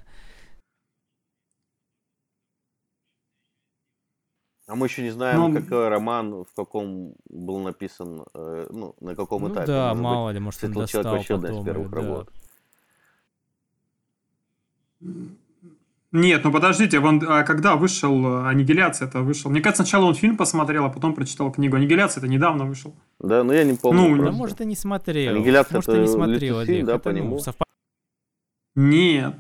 [SPEAKER 2] А мы еще не знаем,
[SPEAKER 3] Ну,
[SPEAKER 2] какой роман, в каком был написан, э, ну, на каком
[SPEAKER 1] Ну
[SPEAKER 2] этапе.
[SPEAKER 1] да,
[SPEAKER 2] Может быть,
[SPEAKER 1] мало ли, может, он
[SPEAKER 2] «Светлый человек»
[SPEAKER 1] достал
[SPEAKER 2] вообще одна из
[SPEAKER 1] потом,
[SPEAKER 2] первых
[SPEAKER 1] э, да.
[SPEAKER 2] работ.
[SPEAKER 3] Нет, ну подождите, вон, а когда вышел э, «Аннигиляция», это вышел? Мне кажется, сначала он фильм посмотрел, а потом прочитал книгу. «Аннигиляция» это недавно вышел.
[SPEAKER 2] Да, но я не помню
[SPEAKER 3] Ну,
[SPEAKER 1] Да,
[SPEAKER 2] просто.
[SPEAKER 1] может, и не смотрел.
[SPEAKER 2] «Аннигиляция»
[SPEAKER 1] Может, и не
[SPEAKER 2] это
[SPEAKER 1] смотрел,
[SPEAKER 2] Люцифин,
[SPEAKER 1] Олег.
[SPEAKER 2] да,
[SPEAKER 1] Это,
[SPEAKER 2] по
[SPEAKER 1] ну,
[SPEAKER 2] нему?
[SPEAKER 1] совпадение.
[SPEAKER 3] Нет.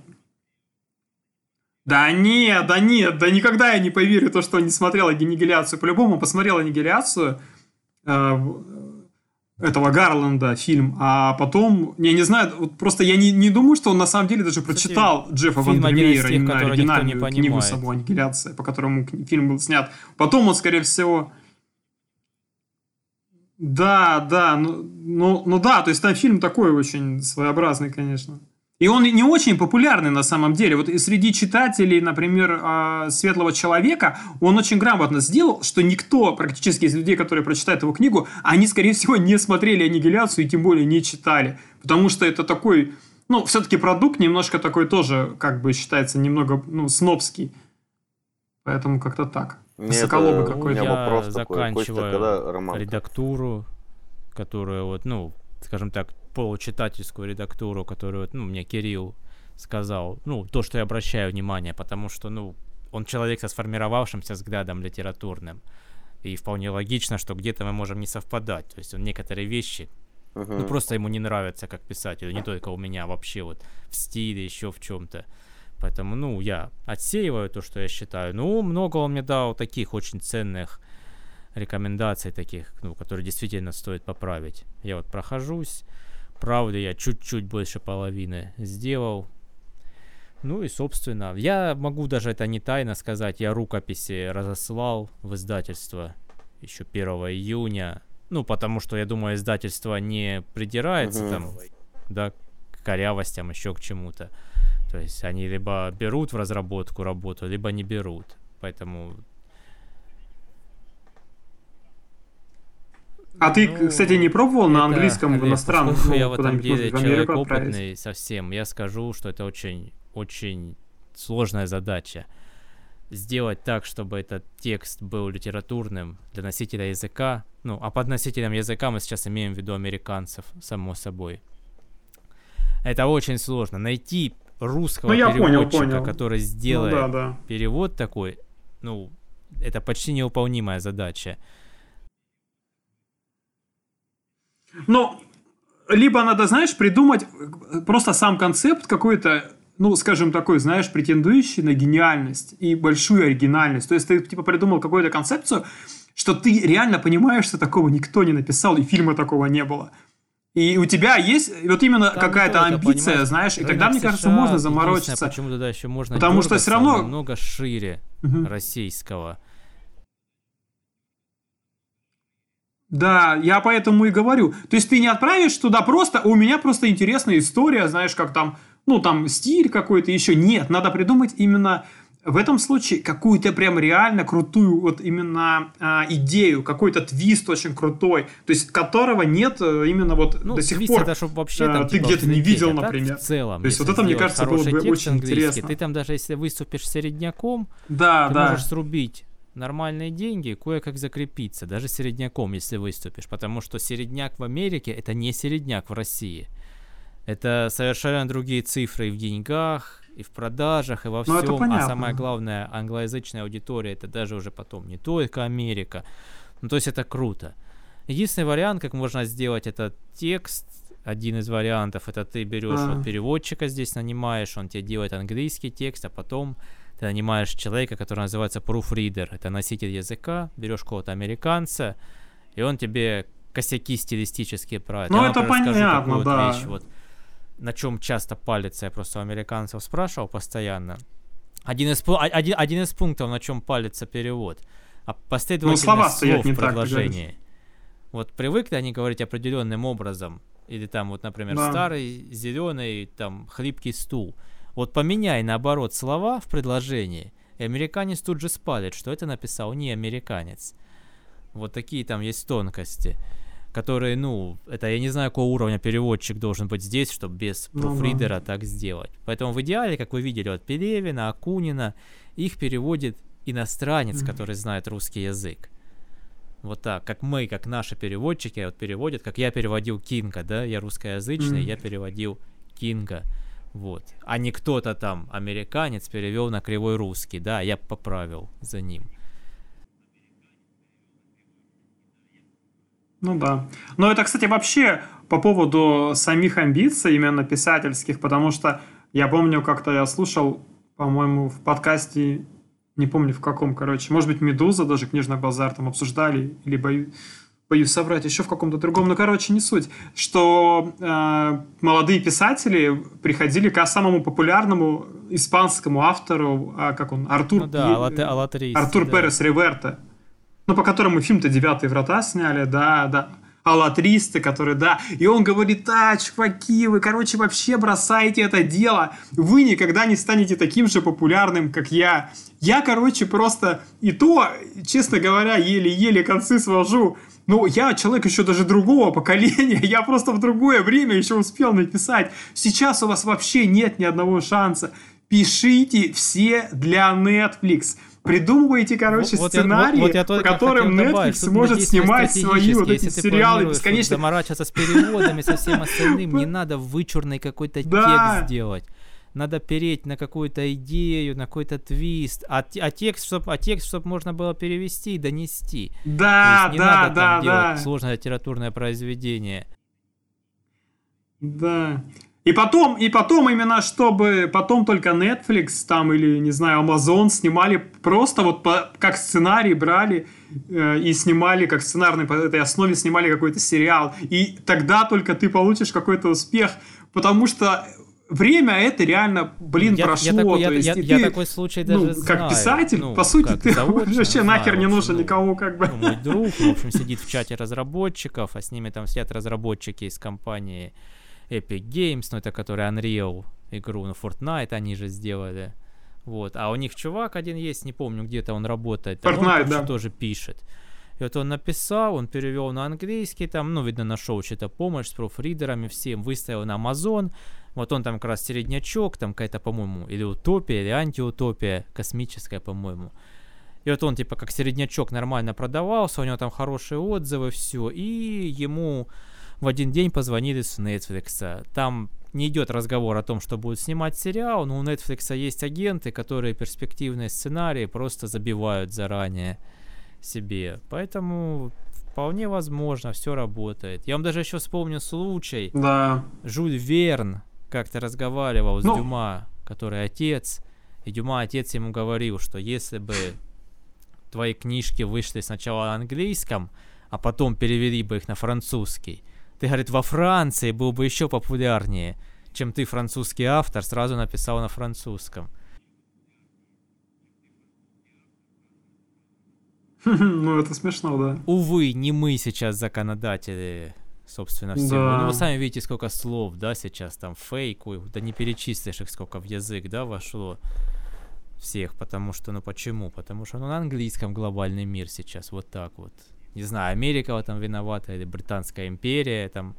[SPEAKER 3] Да нет, да нет, да никогда я не поверю, то, что он не смотрел «Аннигиляцию». По-любому посмотрел «Аннигиляцию», э, в- этого Гарланда фильм, а потом, я не знаю, вот просто я не, не думаю, что он на самом деле даже
[SPEAKER 1] Кстати,
[SPEAKER 3] прочитал Джеффа
[SPEAKER 1] фильм один из
[SPEAKER 3] Вандермеера,
[SPEAKER 1] тех,
[SPEAKER 3] именно
[SPEAKER 1] который никто не
[SPEAKER 3] оригинальную книгу
[SPEAKER 1] понимает.
[SPEAKER 3] саму «Аннигиляция», по которому кни- фильм был снят. Потом он, скорее всего... Да, да, ну, ну, ну да, то есть там фильм такой очень своеобразный, конечно. И он не очень популярный на самом деле. Вот и среди читателей, например, а, «Светлого человека», он очень грамотно сделал, что никто практически из людей, которые прочитают его книгу, они, скорее всего, не смотрели «Аннигиляцию» и тем более не читали. Потому что это такой, ну, все-таки продукт немножко такой тоже, как бы считается, немного, ну, снобский. Поэтому как-то так.
[SPEAKER 2] Мне
[SPEAKER 3] Высоколобый
[SPEAKER 2] это- у
[SPEAKER 3] какой-то.
[SPEAKER 2] меня
[SPEAKER 1] Я
[SPEAKER 2] вопрос такой. Костя,
[SPEAKER 1] заканчиваю
[SPEAKER 2] когда роман?
[SPEAKER 1] редактуру, которую вот, ну, скажем так, получитательскую редактуру, которую, вот, ну, мне Кирилл сказал, ну, то, что я обращаю внимание, потому что, ну, он человек со сформировавшимся взглядом литературным, и вполне логично, что где-то мы можем не совпадать, то есть он некоторые вещи,
[SPEAKER 2] Мгм.
[SPEAKER 1] ну, просто ему не нравится как писателю, не только у меня, вообще вот в стиле, еще в чем-то. Поэтому, ну, я отсеиваю то, что я считаю. Ну, много он мне дал таких очень ценных рекомендаций, таких, ну, которые действительно стоит поправить. Я вот прохожусь, правда, я чуть-чуть больше половины сделал. Ну и, собственно, я могу даже это не тайно сказать, я рукописи разослал в издательство еще первого июня. Ну, потому что, я думаю, издательство не придирается
[SPEAKER 2] Мгм.
[SPEAKER 1] там, да, к корявостям, еще к чему-то. То есть они либо берут в разработку работу, либо не берут. Поэтому...
[SPEAKER 3] А ты,
[SPEAKER 1] ну,
[SPEAKER 3] кстати, не пробовал на
[SPEAKER 1] это,
[SPEAKER 3] английском в
[SPEAKER 1] Олег,
[SPEAKER 3] иностранном,
[SPEAKER 1] поскольку
[SPEAKER 3] ну,
[SPEAKER 1] я в этом
[SPEAKER 3] куда-нибудь,
[SPEAKER 1] деле
[SPEAKER 3] может, в
[SPEAKER 1] человек
[SPEAKER 3] Америку отправить?
[SPEAKER 1] опытный совсем, я скажу, что это очень, очень сложная задача. Сделать так, чтобы этот текст был литературным для носителя языка. Ну, а под носителем языка мы сейчас имеем в виду американцев, само собой. Это очень сложно. Найти русского
[SPEAKER 3] Ну, я понял,
[SPEAKER 1] переводчика,
[SPEAKER 3] понял.
[SPEAKER 1] который
[SPEAKER 3] Ну
[SPEAKER 1] сделает
[SPEAKER 3] да, да.
[SPEAKER 1] перевод такой, ну, это почти невыполнимая задача.
[SPEAKER 3] Ну, либо надо, знаешь, придумать э, просто сам концепт какой-то, ну, скажем, такой, знаешь, претендующий на гениальность и большую оригинальность. То есть ты, типа, придумал какую-то концепцию, что ты реально понимаешь, что такого никто не написал, и фильма такого не было. И у тебя есть вот именно
[SPEAKER 1] Там
[SPEAKER 3] какая-то
[SPEAKER 1] не только,
[SPEAKER 3] амбиция,
[SPEAKER 1] понимаешь,
[SPEAKER 3] знаешь, и
[SPEAKER 1] рынок
[SPEAKER 3] тогда, мне кажется,
[SPEAKER 1] США,
[SPEAKER 3] можно
[SPEAKER 1] единственное,
[SPEAKER 3] заморочиться.
[SPEAKER 1] почему туда еще можно
[SPEAKER 3] Потому что
[SPEAKER 1] дергаться,
[SPEAKER 3] всё равно-
[SPEAKER 1] намного шире
[SPEAKER 3] Мгм.
[SPEAKER 1] российского.
[SPEAKER 3] Да, я поэтому и говорю. То есть ты не отправишь туда просто, у меня просто интересная история, знаешь, как там, ну, там стиль какой-то еще. Нет, надо придумать именно в этом случае какую-то прям реально крутую вот именно а, идею, какой-то твист очень крутой, то есть которого нет именно вот
[SPEAKER 1] ну,
[SPEAKER 3] до сих
[SPEAKER 1] твист
[SPEAKER 3] пор.
[SPEAKER 1] Это, чтобы вообще, там,
[SPEAKER 3] ты
[SPEAKER 1] типа,
[SPEAKER 3] где-то не видел,
[SPEAKER 1] а
[SPEAKER 3] например.
[SPEAKER 1] В целом,
[SPEAKER 3] то есть вот это, мне кажется, было бы очень интересно.
[SPEAKER 1] Ты там даже если выступишь середняком,
[SPEAKER 3] да,
[SPEAKER 1] ты
[SPEAKER 3] да.
[SPEAKER 1] можешь срубить нормальные деньги, кое-как закрепиться, даже середняком, если выступишь, потому что середняк в Америке — это не середняк в России. Это совершенно другие цифры и в деньгах, и в продажах, и во всем.
[SPEAKER 3] Ну,
[SPEAKER 1] а самое главное, англоязычная аудитория — это даже уже потом не только Америка. Ну, то есть это круто. Единственный вариант, как можно сделать этот текст, один из вариантов, это ты берешь
[SPEAKER 3] а.
[SPEAKER 1] вот переводчика здесь, нанимаешь, он тебе делает английский текст, а потом ты нанимаешь человека, который называется proofreader. Это носитель языка, берешь кого-то американца, и он тебе косяки стилистические правит.
[SPEAKER 3] Ну,
[SPEAKER 1] я
[SPEAKER 3] это понятно, да.
[SPEAKER 1] Вещь, вот, на чем часто палится, я просто у американцев спрашивал постоянно. Один из, один, один из пунктов, на чем палится перевод. А последовательность
[SPEAKER 3] ну, слова
[SPEAKER 1] слов в
[SPEAKER 3] не
[SPEAKER 1] предложении.
[SPEAKER 3] Так,
[SPEAKER 1] вот привыкли они говорить определенным образом. Или там вот, например,
[SPEAKER 3] да.
[SPEAKER 1] старый, зеленый, там, хлипкий стул. Вот поменяй, наоборот, слова в предложении, и американец тут же спалит, что это написал не американец. Вот такие там есть тонкости, которые, ну, это я не знаю, какого уровня переводчик должен быть здесь, чтобы без пруфридера ну, так сделать. Поэтому в идеале, как вы видели, от Пелевина, Акунина, их переводит иностранец, mm-hmm. который знает русский язык. Вот так, как мы, как наши переводчики вот переводят, как я переводил Кинга, да, я русскоязычный, mm-hmm. я переводил Кинга, вот. А не кто-то там, американец, перевел на кривой русский, да, я поправил за ним.
[SPEAKER 3] Ну да. Но это, кстати, вообще по поводу самих амбиций именно писательских, потому что я помню, как-то я слушал, по-моему, в подкасте, не помню в каком, короче, может быть, «Медуза», даже «Книжный базар» там обсуждали, или боюсь, боюсь соврать, еще в каком-то другом, но, короче, не суть, что э, молодые писатели приходили к самому популярному испанскому автору, а, как он, Артур,
[SPEAKER 1] ну да, Алат... Алатристи,
[SPEAKER 3] Артур
[SPEAKER 1] да.
[SPEAKER 3] Перес Реверте, ну, по которому фильм-то «Девятые врата» сняли, да, да, Алатристы, который, да, и он говорит: да, чуваки, вы, короче, вообще бросаете это дело, вы никогда не станете таким же популярным, как я. Я, короче, просто и то, честно говоря, еле-еле концы свожу. Ну, я человек еще даже другого поколения, я просто в другое время еще успел написать. Сейчас у вас вообще нет ни одного шанса. Пишите все для Netflix. Придумывайте, короче, вот, сценарии, вот я, вот, вот по которым Netflix добавить, может снимать свои вот эти сериалы бесконечно.
[SPEAKER 1] Заморачиваться с переводами, со всем остальным, не надо вычурный какой-то текст делать. Надо переть на какую-то идею, на какой-то твист, а, а текст, чтобы а текст, чтоб можно было перевести и донести.
[SPEAKER 3] Да,
[SPEAKER 1] не
[SPEAKER 3] да,
[SPEAKER 1] надо
[SPEAKER 3] да,
[SPEAKER 1] там
[SPEAKER 3] да.
[SPEAKER 1] делать сложное литературное произведение.
[SPEAKER 3] Да. И потом, и потом именно, чтобы потом только Netflix там или, не знаю, Amazon снимали просто вот по, как сценарий брали э, и снимали, как сценарный по этой основе снимали какой-то сериал. И тогда только ты получишь какой-то успех, потому что время это реально, блин, я, прошло.
[SPEAKER 1] Я, такой, я,
[SPEAKER 3] есть,
[SPEAKER 1] я,
[SPEAKER 3] я
[SPEAKER 1] ты, такой случай даже
[SPEAKER 3] ну,
[SPEAKER 1] знаю.
[SPEAKER 3] как писатель,
[SPEAKER 1] ну,
[SPEAKER 3] по сути,
[SPEAKER 1] как
[SPEAKER 3] ты
[SPEAKER 1] заочно,
[SPEAKER 3] вообще
[SPEAKER 1] знаю,
[SPEAKER 3] нахер не
[SPEAKER 1] общем,
[SPEAKER 3] нужен
[SPEAKER 1] ну,
[SPEAKER 3] никому, как бы.
[SPEAKER 1] Ну, мой друг, в общем, сидит в чате разработчиков, а с ними там сидят разработчики из компании Epic Games, ну это который Unreal игру, ну Fortnite они же сделали, вот, а у них чувак один есть, не помню, где-то он работает, там,
[SPEAKER 3] Fortnite,
[SPEAKER 1] он
[SPEAKER 3] да.
[SPEAKER 1] тоже пишет, и вот он написал, он перевел на английский, там, ну, видно, нашел что-то помощь с профридерами всем, выставил на Amazon, вот он там как раз середнячок, там какая-то, по-моему, или утопия, или антиутопия, космическая, по-моему. И вот он, типа, как середнячок нормально продавался, у него там хорошие отзывы, все, и ему в один день позвонили с Netflix. Там не идет разговор о том, что будут снимать сериал, но у Netflix есть агенты, которые перспективные сценарии просто забивают заранее себе. Поэтому вполне возможно, все работает. Я вам даже еще вспомню случай.
[SPEAKER 3] Да.
[SPEAKER 1] Жюль Верн как-то разговаривал с
[SPEAKER 3] ну...
[SPEAKER 1] Дюма, который отец, и Дюма отец ему говорил, что если бы твои книжки вышли сначала на английском, а потом перевели бы их на французский, ты, говорит, во Франции был бы еще популярнее, чем ты, французский автор, сразу написал на французском.
[SPEAKER 3] Ну, это смешно, да.
[SPEAKER 1] Увы, не мы сейчас законодатели, собственно, всего.
[SPEAKER 3] Да.
[SPEAKER 1] Ну, вы сами видите, сколько слов, да, сейчас там фейку, да не перечислишь их, сколько в язык, да, вошло. всех, потому что, ну почему? Потому что ну, на английском глобальный мир сейчас, вот так вот. Не знаю, Америка в этом виновата, или Британская империя, там.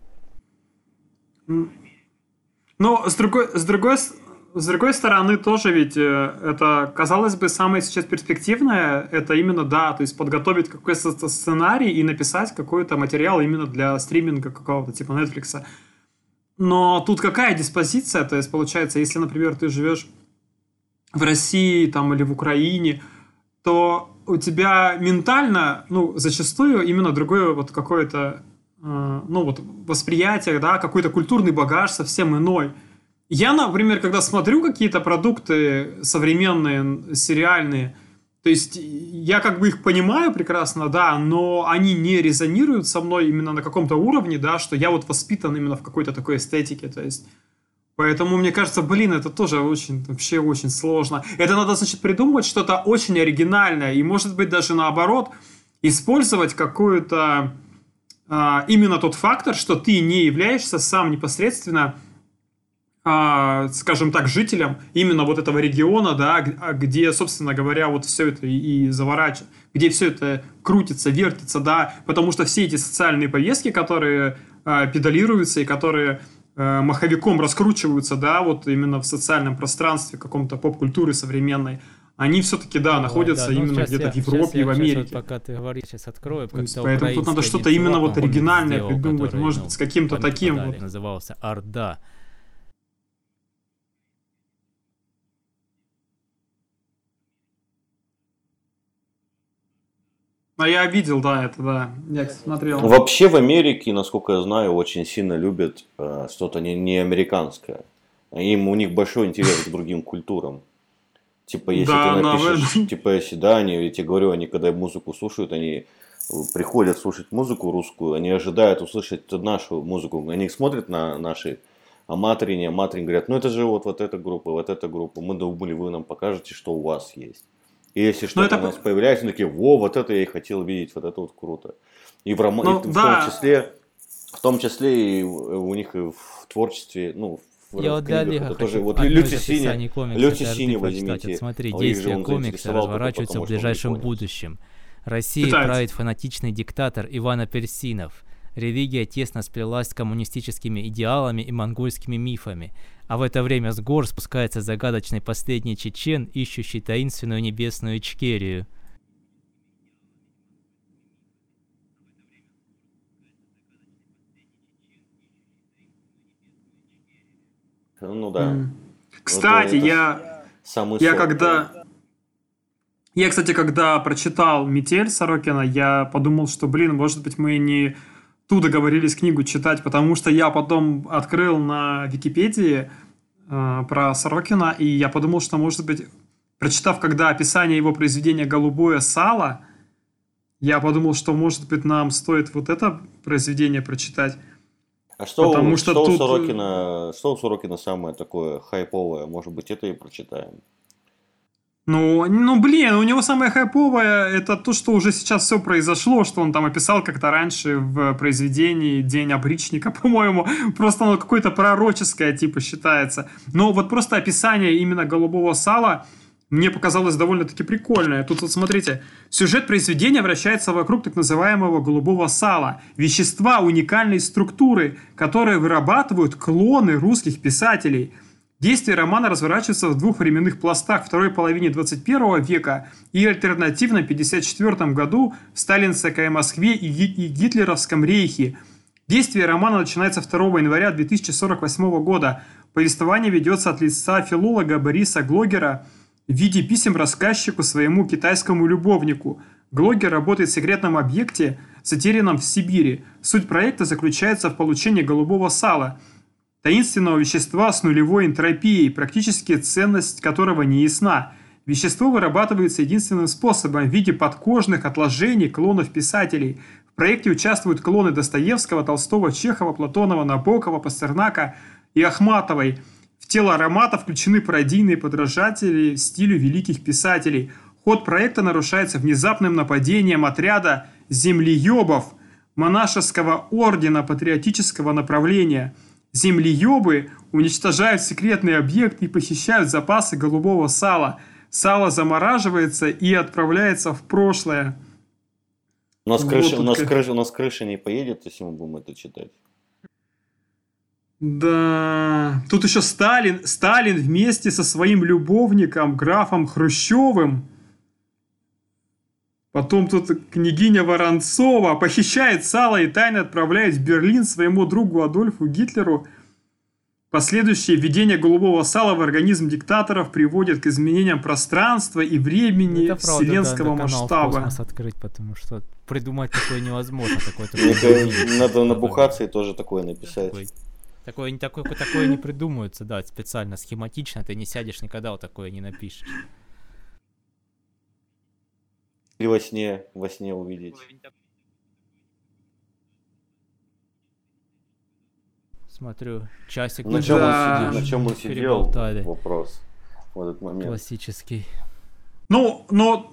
[SPEAKER 3] Ну, с другой, с другой, с другой стороны, тоже ведь это, казалось бы, самое сейчас перспективное, это именно, да, то есть подготовить какой-то сценарий и написать какой-то материал именно для стриминга какого-то, типа Netflix. Но тут какая диспозиция? То есть, получается, если, например, ты живешь в России там, или в Украине, то у тебя ментально, ну, зачастую именно другое вот какое-то, э, ну, вот восприятие, да, какой-то культурный багаж совсем иной. Я, например, когда смотрю какие-то продукты современные, сериальные, то есть я как бы их понимаю прекрасно, да, но они не резонируют со мной именно на каком-то уровне, да, что я вот воспитан именно в какой-то такой эстетике, то есть поэтому мне кажется, блин, это тоже очень, вообще очень сложно. Это надо, значит, придумывать что-то очень оригинальное и, может быть, даже наоборот, использовать какую-то а, именно тот фактор, что ты не являешься сам непосредственно, а, скажем так, жителем именно вот этого региона, да, где, собственно говоря, вот все это и заворачивается, где все это крутится, вертится, да, потому что все эти социальные повестки, которые а, педалируются и которые маховиком раскручиваются, да, вот именно в социальном пространстве каком-то поп-культуры современной, они все-таки, да, находятся да, именно где-то я, в Европе и в Америке.
[SPEAKER 1] Вот, пока ты говоришь, сейчас открою.
[SPEAKER 3] Поэтому тут надо что-то именно вот оригинальное сделал, придумывать, который, может быть, ну, с каким-то таким вот.
[SPEAKER 1] Назывался Орда.
[SPEAKER 3] А я видел, да, это, да, я смотрел.
[SPEAKER 4] Вообще в Америке, насколько я знаю, очень сильно любят э, что-то не, не американское. Им, у них большой интерес к другим культурам. Типа, если да, ты напишешь, да, типа, если, да, они, я тебе говорю, они когда музыку слушают, они приходят слушать музыку русскую, они ожидают услышать нашу музыку, они смотрят на наши аматорини, аматорини, говорят, ну это же вот, вот эта группа, вот эта группа, мы думали, вы нам покажете, что у вас есть. И если что-то это... у нас появляется, они такие, во, вот это я и хотел видеть, вот это вот круто. И в, ром... ну, и в да. том числе, в том числе и у них и в творчестве, ну, в
[SPEAKER 1] я книгах, это
[SPEAKER 4] тоже, вот Люси Сини, Люси Сини возьмите.
[SPEAKER 1] Смотри, действия комикса разворачиваются в ближайшем будущем. Россия правит фанатичный диктатор Иван Апельсинов. Религия тесно сплелась с коммунистическими идеалами и монгольскими мифами. А в это время с гор спускается загадочный последний чечен, ищущий таинственную небесную Ичкерию.
[SPEAKER 4] Ну да.
[SPEAKER 3] Mm. Кстати, это я, самый я сок, когда... Да. Я, кстати, когда прочитал «Метель» Сорокина, я подумал, что, блин, может быть, мы не ту договорились книгу читать, потому что я потом открыл на Википедии э, про Сорокина, и я подумал, что, может быть, прочитав когда описание его произведения «Голубое сало», я подумал, что, может быть, нам стоит вот это произведение прочитать.
[SPEAKER 4] А что, Потому у, что, что, тут... у Сорокина, что у Сорокина самое такое хайповое? Может быть, это и прочитаем?
[SPEAKER 3] Ну, ну, блин, у него самое хайповое это то, что уже сейчас все произошло, что он там описал как-то раньше в произведении «День опричника», по-моему. Просто оно какое-то пророческое, типа, считается. Но вот просто описание именно «Голубого сала» мне показалось довольно-таки прикольное. Тут вот смотрите, сюжет произведения вращается вокруг так называемого голубого сала, вещества уникальной структуры, которые вырабатывают клоны русских писателей. Действие романа разворачивается в двух временных пластах: второй половине двадцать первого века и альтернативно в пятьдесят четвёртом году в сталинской Москве и, и Гитлеровском рейхе. Действие романа начинается второго января две тысячи сорок восьмого года. Повествование ведется от лица филолога Бориса Глогера в виде писем рассказчику своему китайскому любовнику. Глогер работает в секретном объекте, затерянном в Сибири. Суть проекта заключается в получении голубого сала, таинственного вещества с нулевой энтропией, практически ценность которого не ясна. Вещество вырабатывается единственным способом в виде подкожных отложений клонов писателей. В проекте участвуют клоны Достоевского, Толстого, Чехова, Платонова, Набокова, Пастернака и Ахматовой. В тело аромата включены пародийные подражатели стилю великих писателей. Ход проекта нарушается внезапным нападением отряда землеебов монашеского ордена патриотического направления. Землеебы уничтожают секретный объект и похищают запасы голубого сала. сало замораживается и отправляется в прошлое.
[SPEAKER 4] У нас,
[SPEAKER 3] Вот
[SPEAKER 4] крыша, у,
[SPEAKER 3] тут
[SPEAKER 4] нас
[SPEAKER 3] как-
[SPEAKER 4] крыша, у нас крыша не поедет, если мы будем это читать.
[SPEAKER 3] Да. Тут еще Сталин, Сталин вместе со своим любовником, графом Хрущевым. Потом тут княгиня Воронцова похищает сало и тайно отправляет в Берлин своему другу Адольфу Гитлеру. Последующее введение голубого сала в организм диктаторов приводит к изменениям пространства и времени
[SPEAKER 1] Это правда,
[SPEAKER 3] вселенского
[SPEAKER 1] да, на канал в
[SPEAKER 3] масштаба.
[SPEAKER 1] космос открыть, потому что придумать такое невозможно. Такое
[SPEAKER 4] Мне
[SPEAKER 1] только
[SPEAKER 4] кажется, надо набухаться и тоже такое написать.
[SPEAKER 1] Такой- Такое, не- такое, такое не придумывается, да, специально, схематично, ты не сядешь никогда, вот такое не напишешь.
[SPEAKER 4] Или во сне, во сне увидеть.
[SPEAKER 1] Смотрю, часик
[SPEAKER 4] На
[SPEAKER 1] даже
[SPEAKER 4] чем,
[SPEAKER 3] Да.
[SPEAKER 4] он, сидел, на чем он сидел?
[SPEAKER 1] переболтали.
[SPEAKER 4] Вопрос в этот момент.
[SPEAKER 1] Классический.
[SPEAKER 3] Ну, но...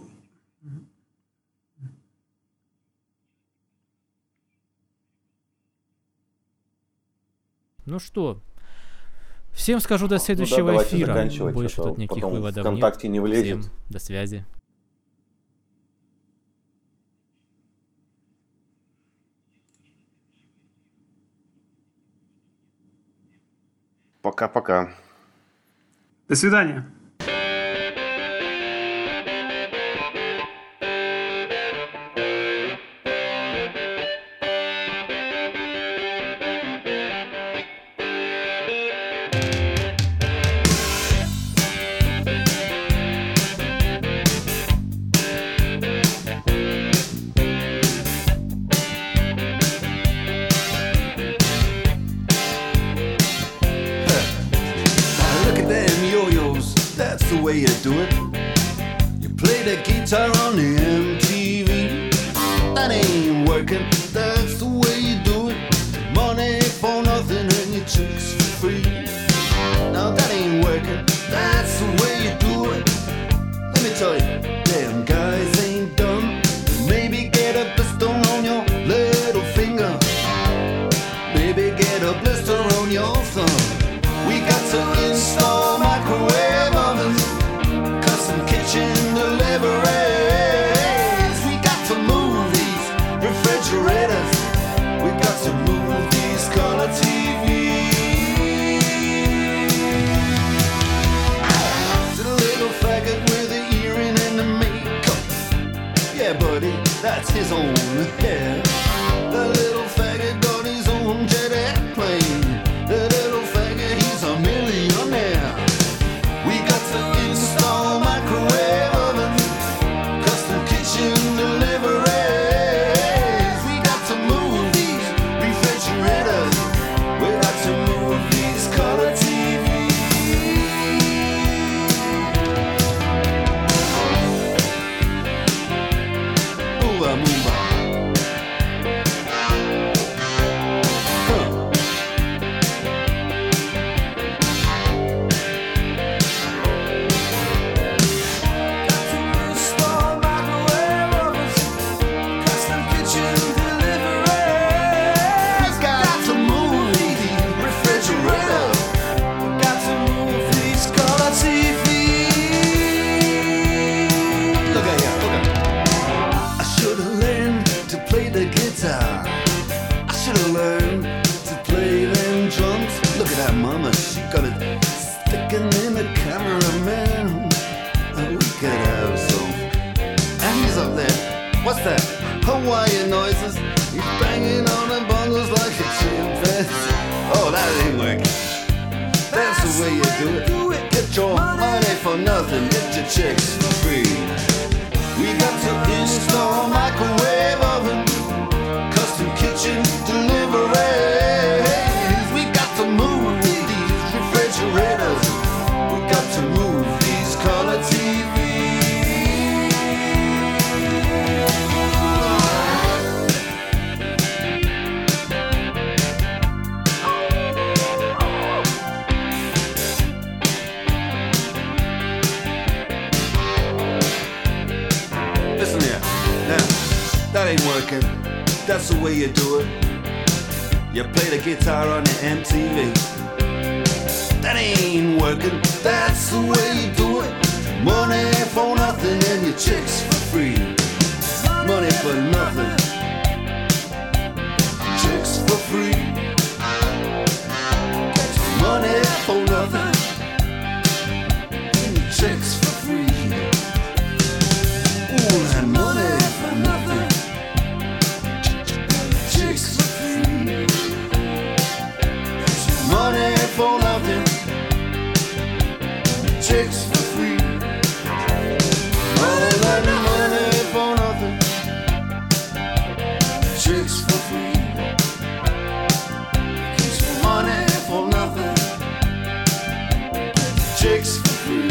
[SPEAKER 1] Ну что, всем скажу до
[SPEAKER 4] Ну да,
[SPEAKER 1] следующего
[SPEAKER 4] давайте
[SPEAKER 1] эфира.
[SPEAKER 4] заканчивать,
[SPEAKER 1] Больше
[SPEAKER 4] а то
[SPEAKER 1] тут никаких
[SPEAKER 4] потом
[SPEAKER 1] выводов
[SPEAKER 4] ВКонтакте не
[SPEAKER 1] нет.
[SPEAKER 4] влезет.
[SPEAKER 1] Всем до связи.
[SPEAKER 2] Пока-пока.
[SPEAKER 3] До свидания.
[SPEAKER 5] Look at them yo-yos, that's the way you do it. You play the guitar on the M T V. That ain't working, that's the way you do it. Money for nothing and your chicks for free. Now that ain't working, that's the way you do it. Let me tell you, damn guys ain't dumb. Maybe get a blister on your little finger. Maybe get a blister on your thumb. We got to install microwave ovens, custom kitchen deliveries. We got to move these refrigerators. We got to move these color T Vs. To the little faggot with the earring and the makeup. Yeah, buddy, that's his own hair. The little faggot got his own jet airplane. The little faggot, he's a millionaire. We got to install microwave ovens, custom kitchen deliveries. We got to move these refrigerators. We got to move these color T Vs. Move on, move on. Huh. Got to install microwave ovens, custom kitchen deliveries. We got to move these refrigerators. We got to move these color T Vs. Look at here, look at. I should have learned to play the guitar. I should have learned to play them drums. Look at that mama, she got it sticking in the cameraman. And we could have some. And he's up there. What's that? Hawaiian noises. He's banging on the bongos like a chimpanzee. Oh, that ain't working. That's the way you do it. Get your money for nothing. Get your chicks for free. We got to install microwave oven, custom kitchen deliveries. We got to move these refrigerators. We got to move these color T Listen here, now, that ain't working. That's the way you do it. You play the guitar on the M T V. That ain't working. That's the way you do it. Money chicks for free. Money for nothing. Chicks for free. Money for nothing. Chicks for free. Ooh, and money for nothing. Chicks for free. Money for nothing. Chicks for free. All that money for nothing. Chicks for free. Money for nothing. Chicks for free.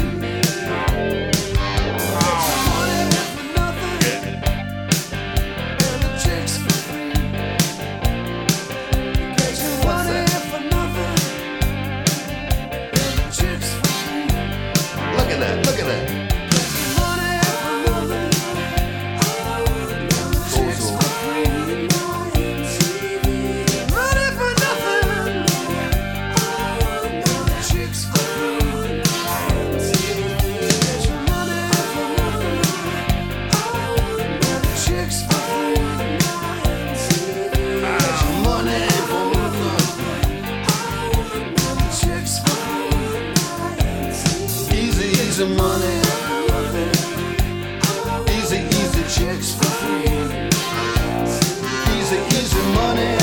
[SPEAKER 5] Look at that. Money for nothing. Chicks for free. Money for nothing. Chicks for free. Money for nothing. Chicks for free. Money for nothing. Chicks for free. Easy, easy money. Easy, easy chicks for free. Easy, easy money.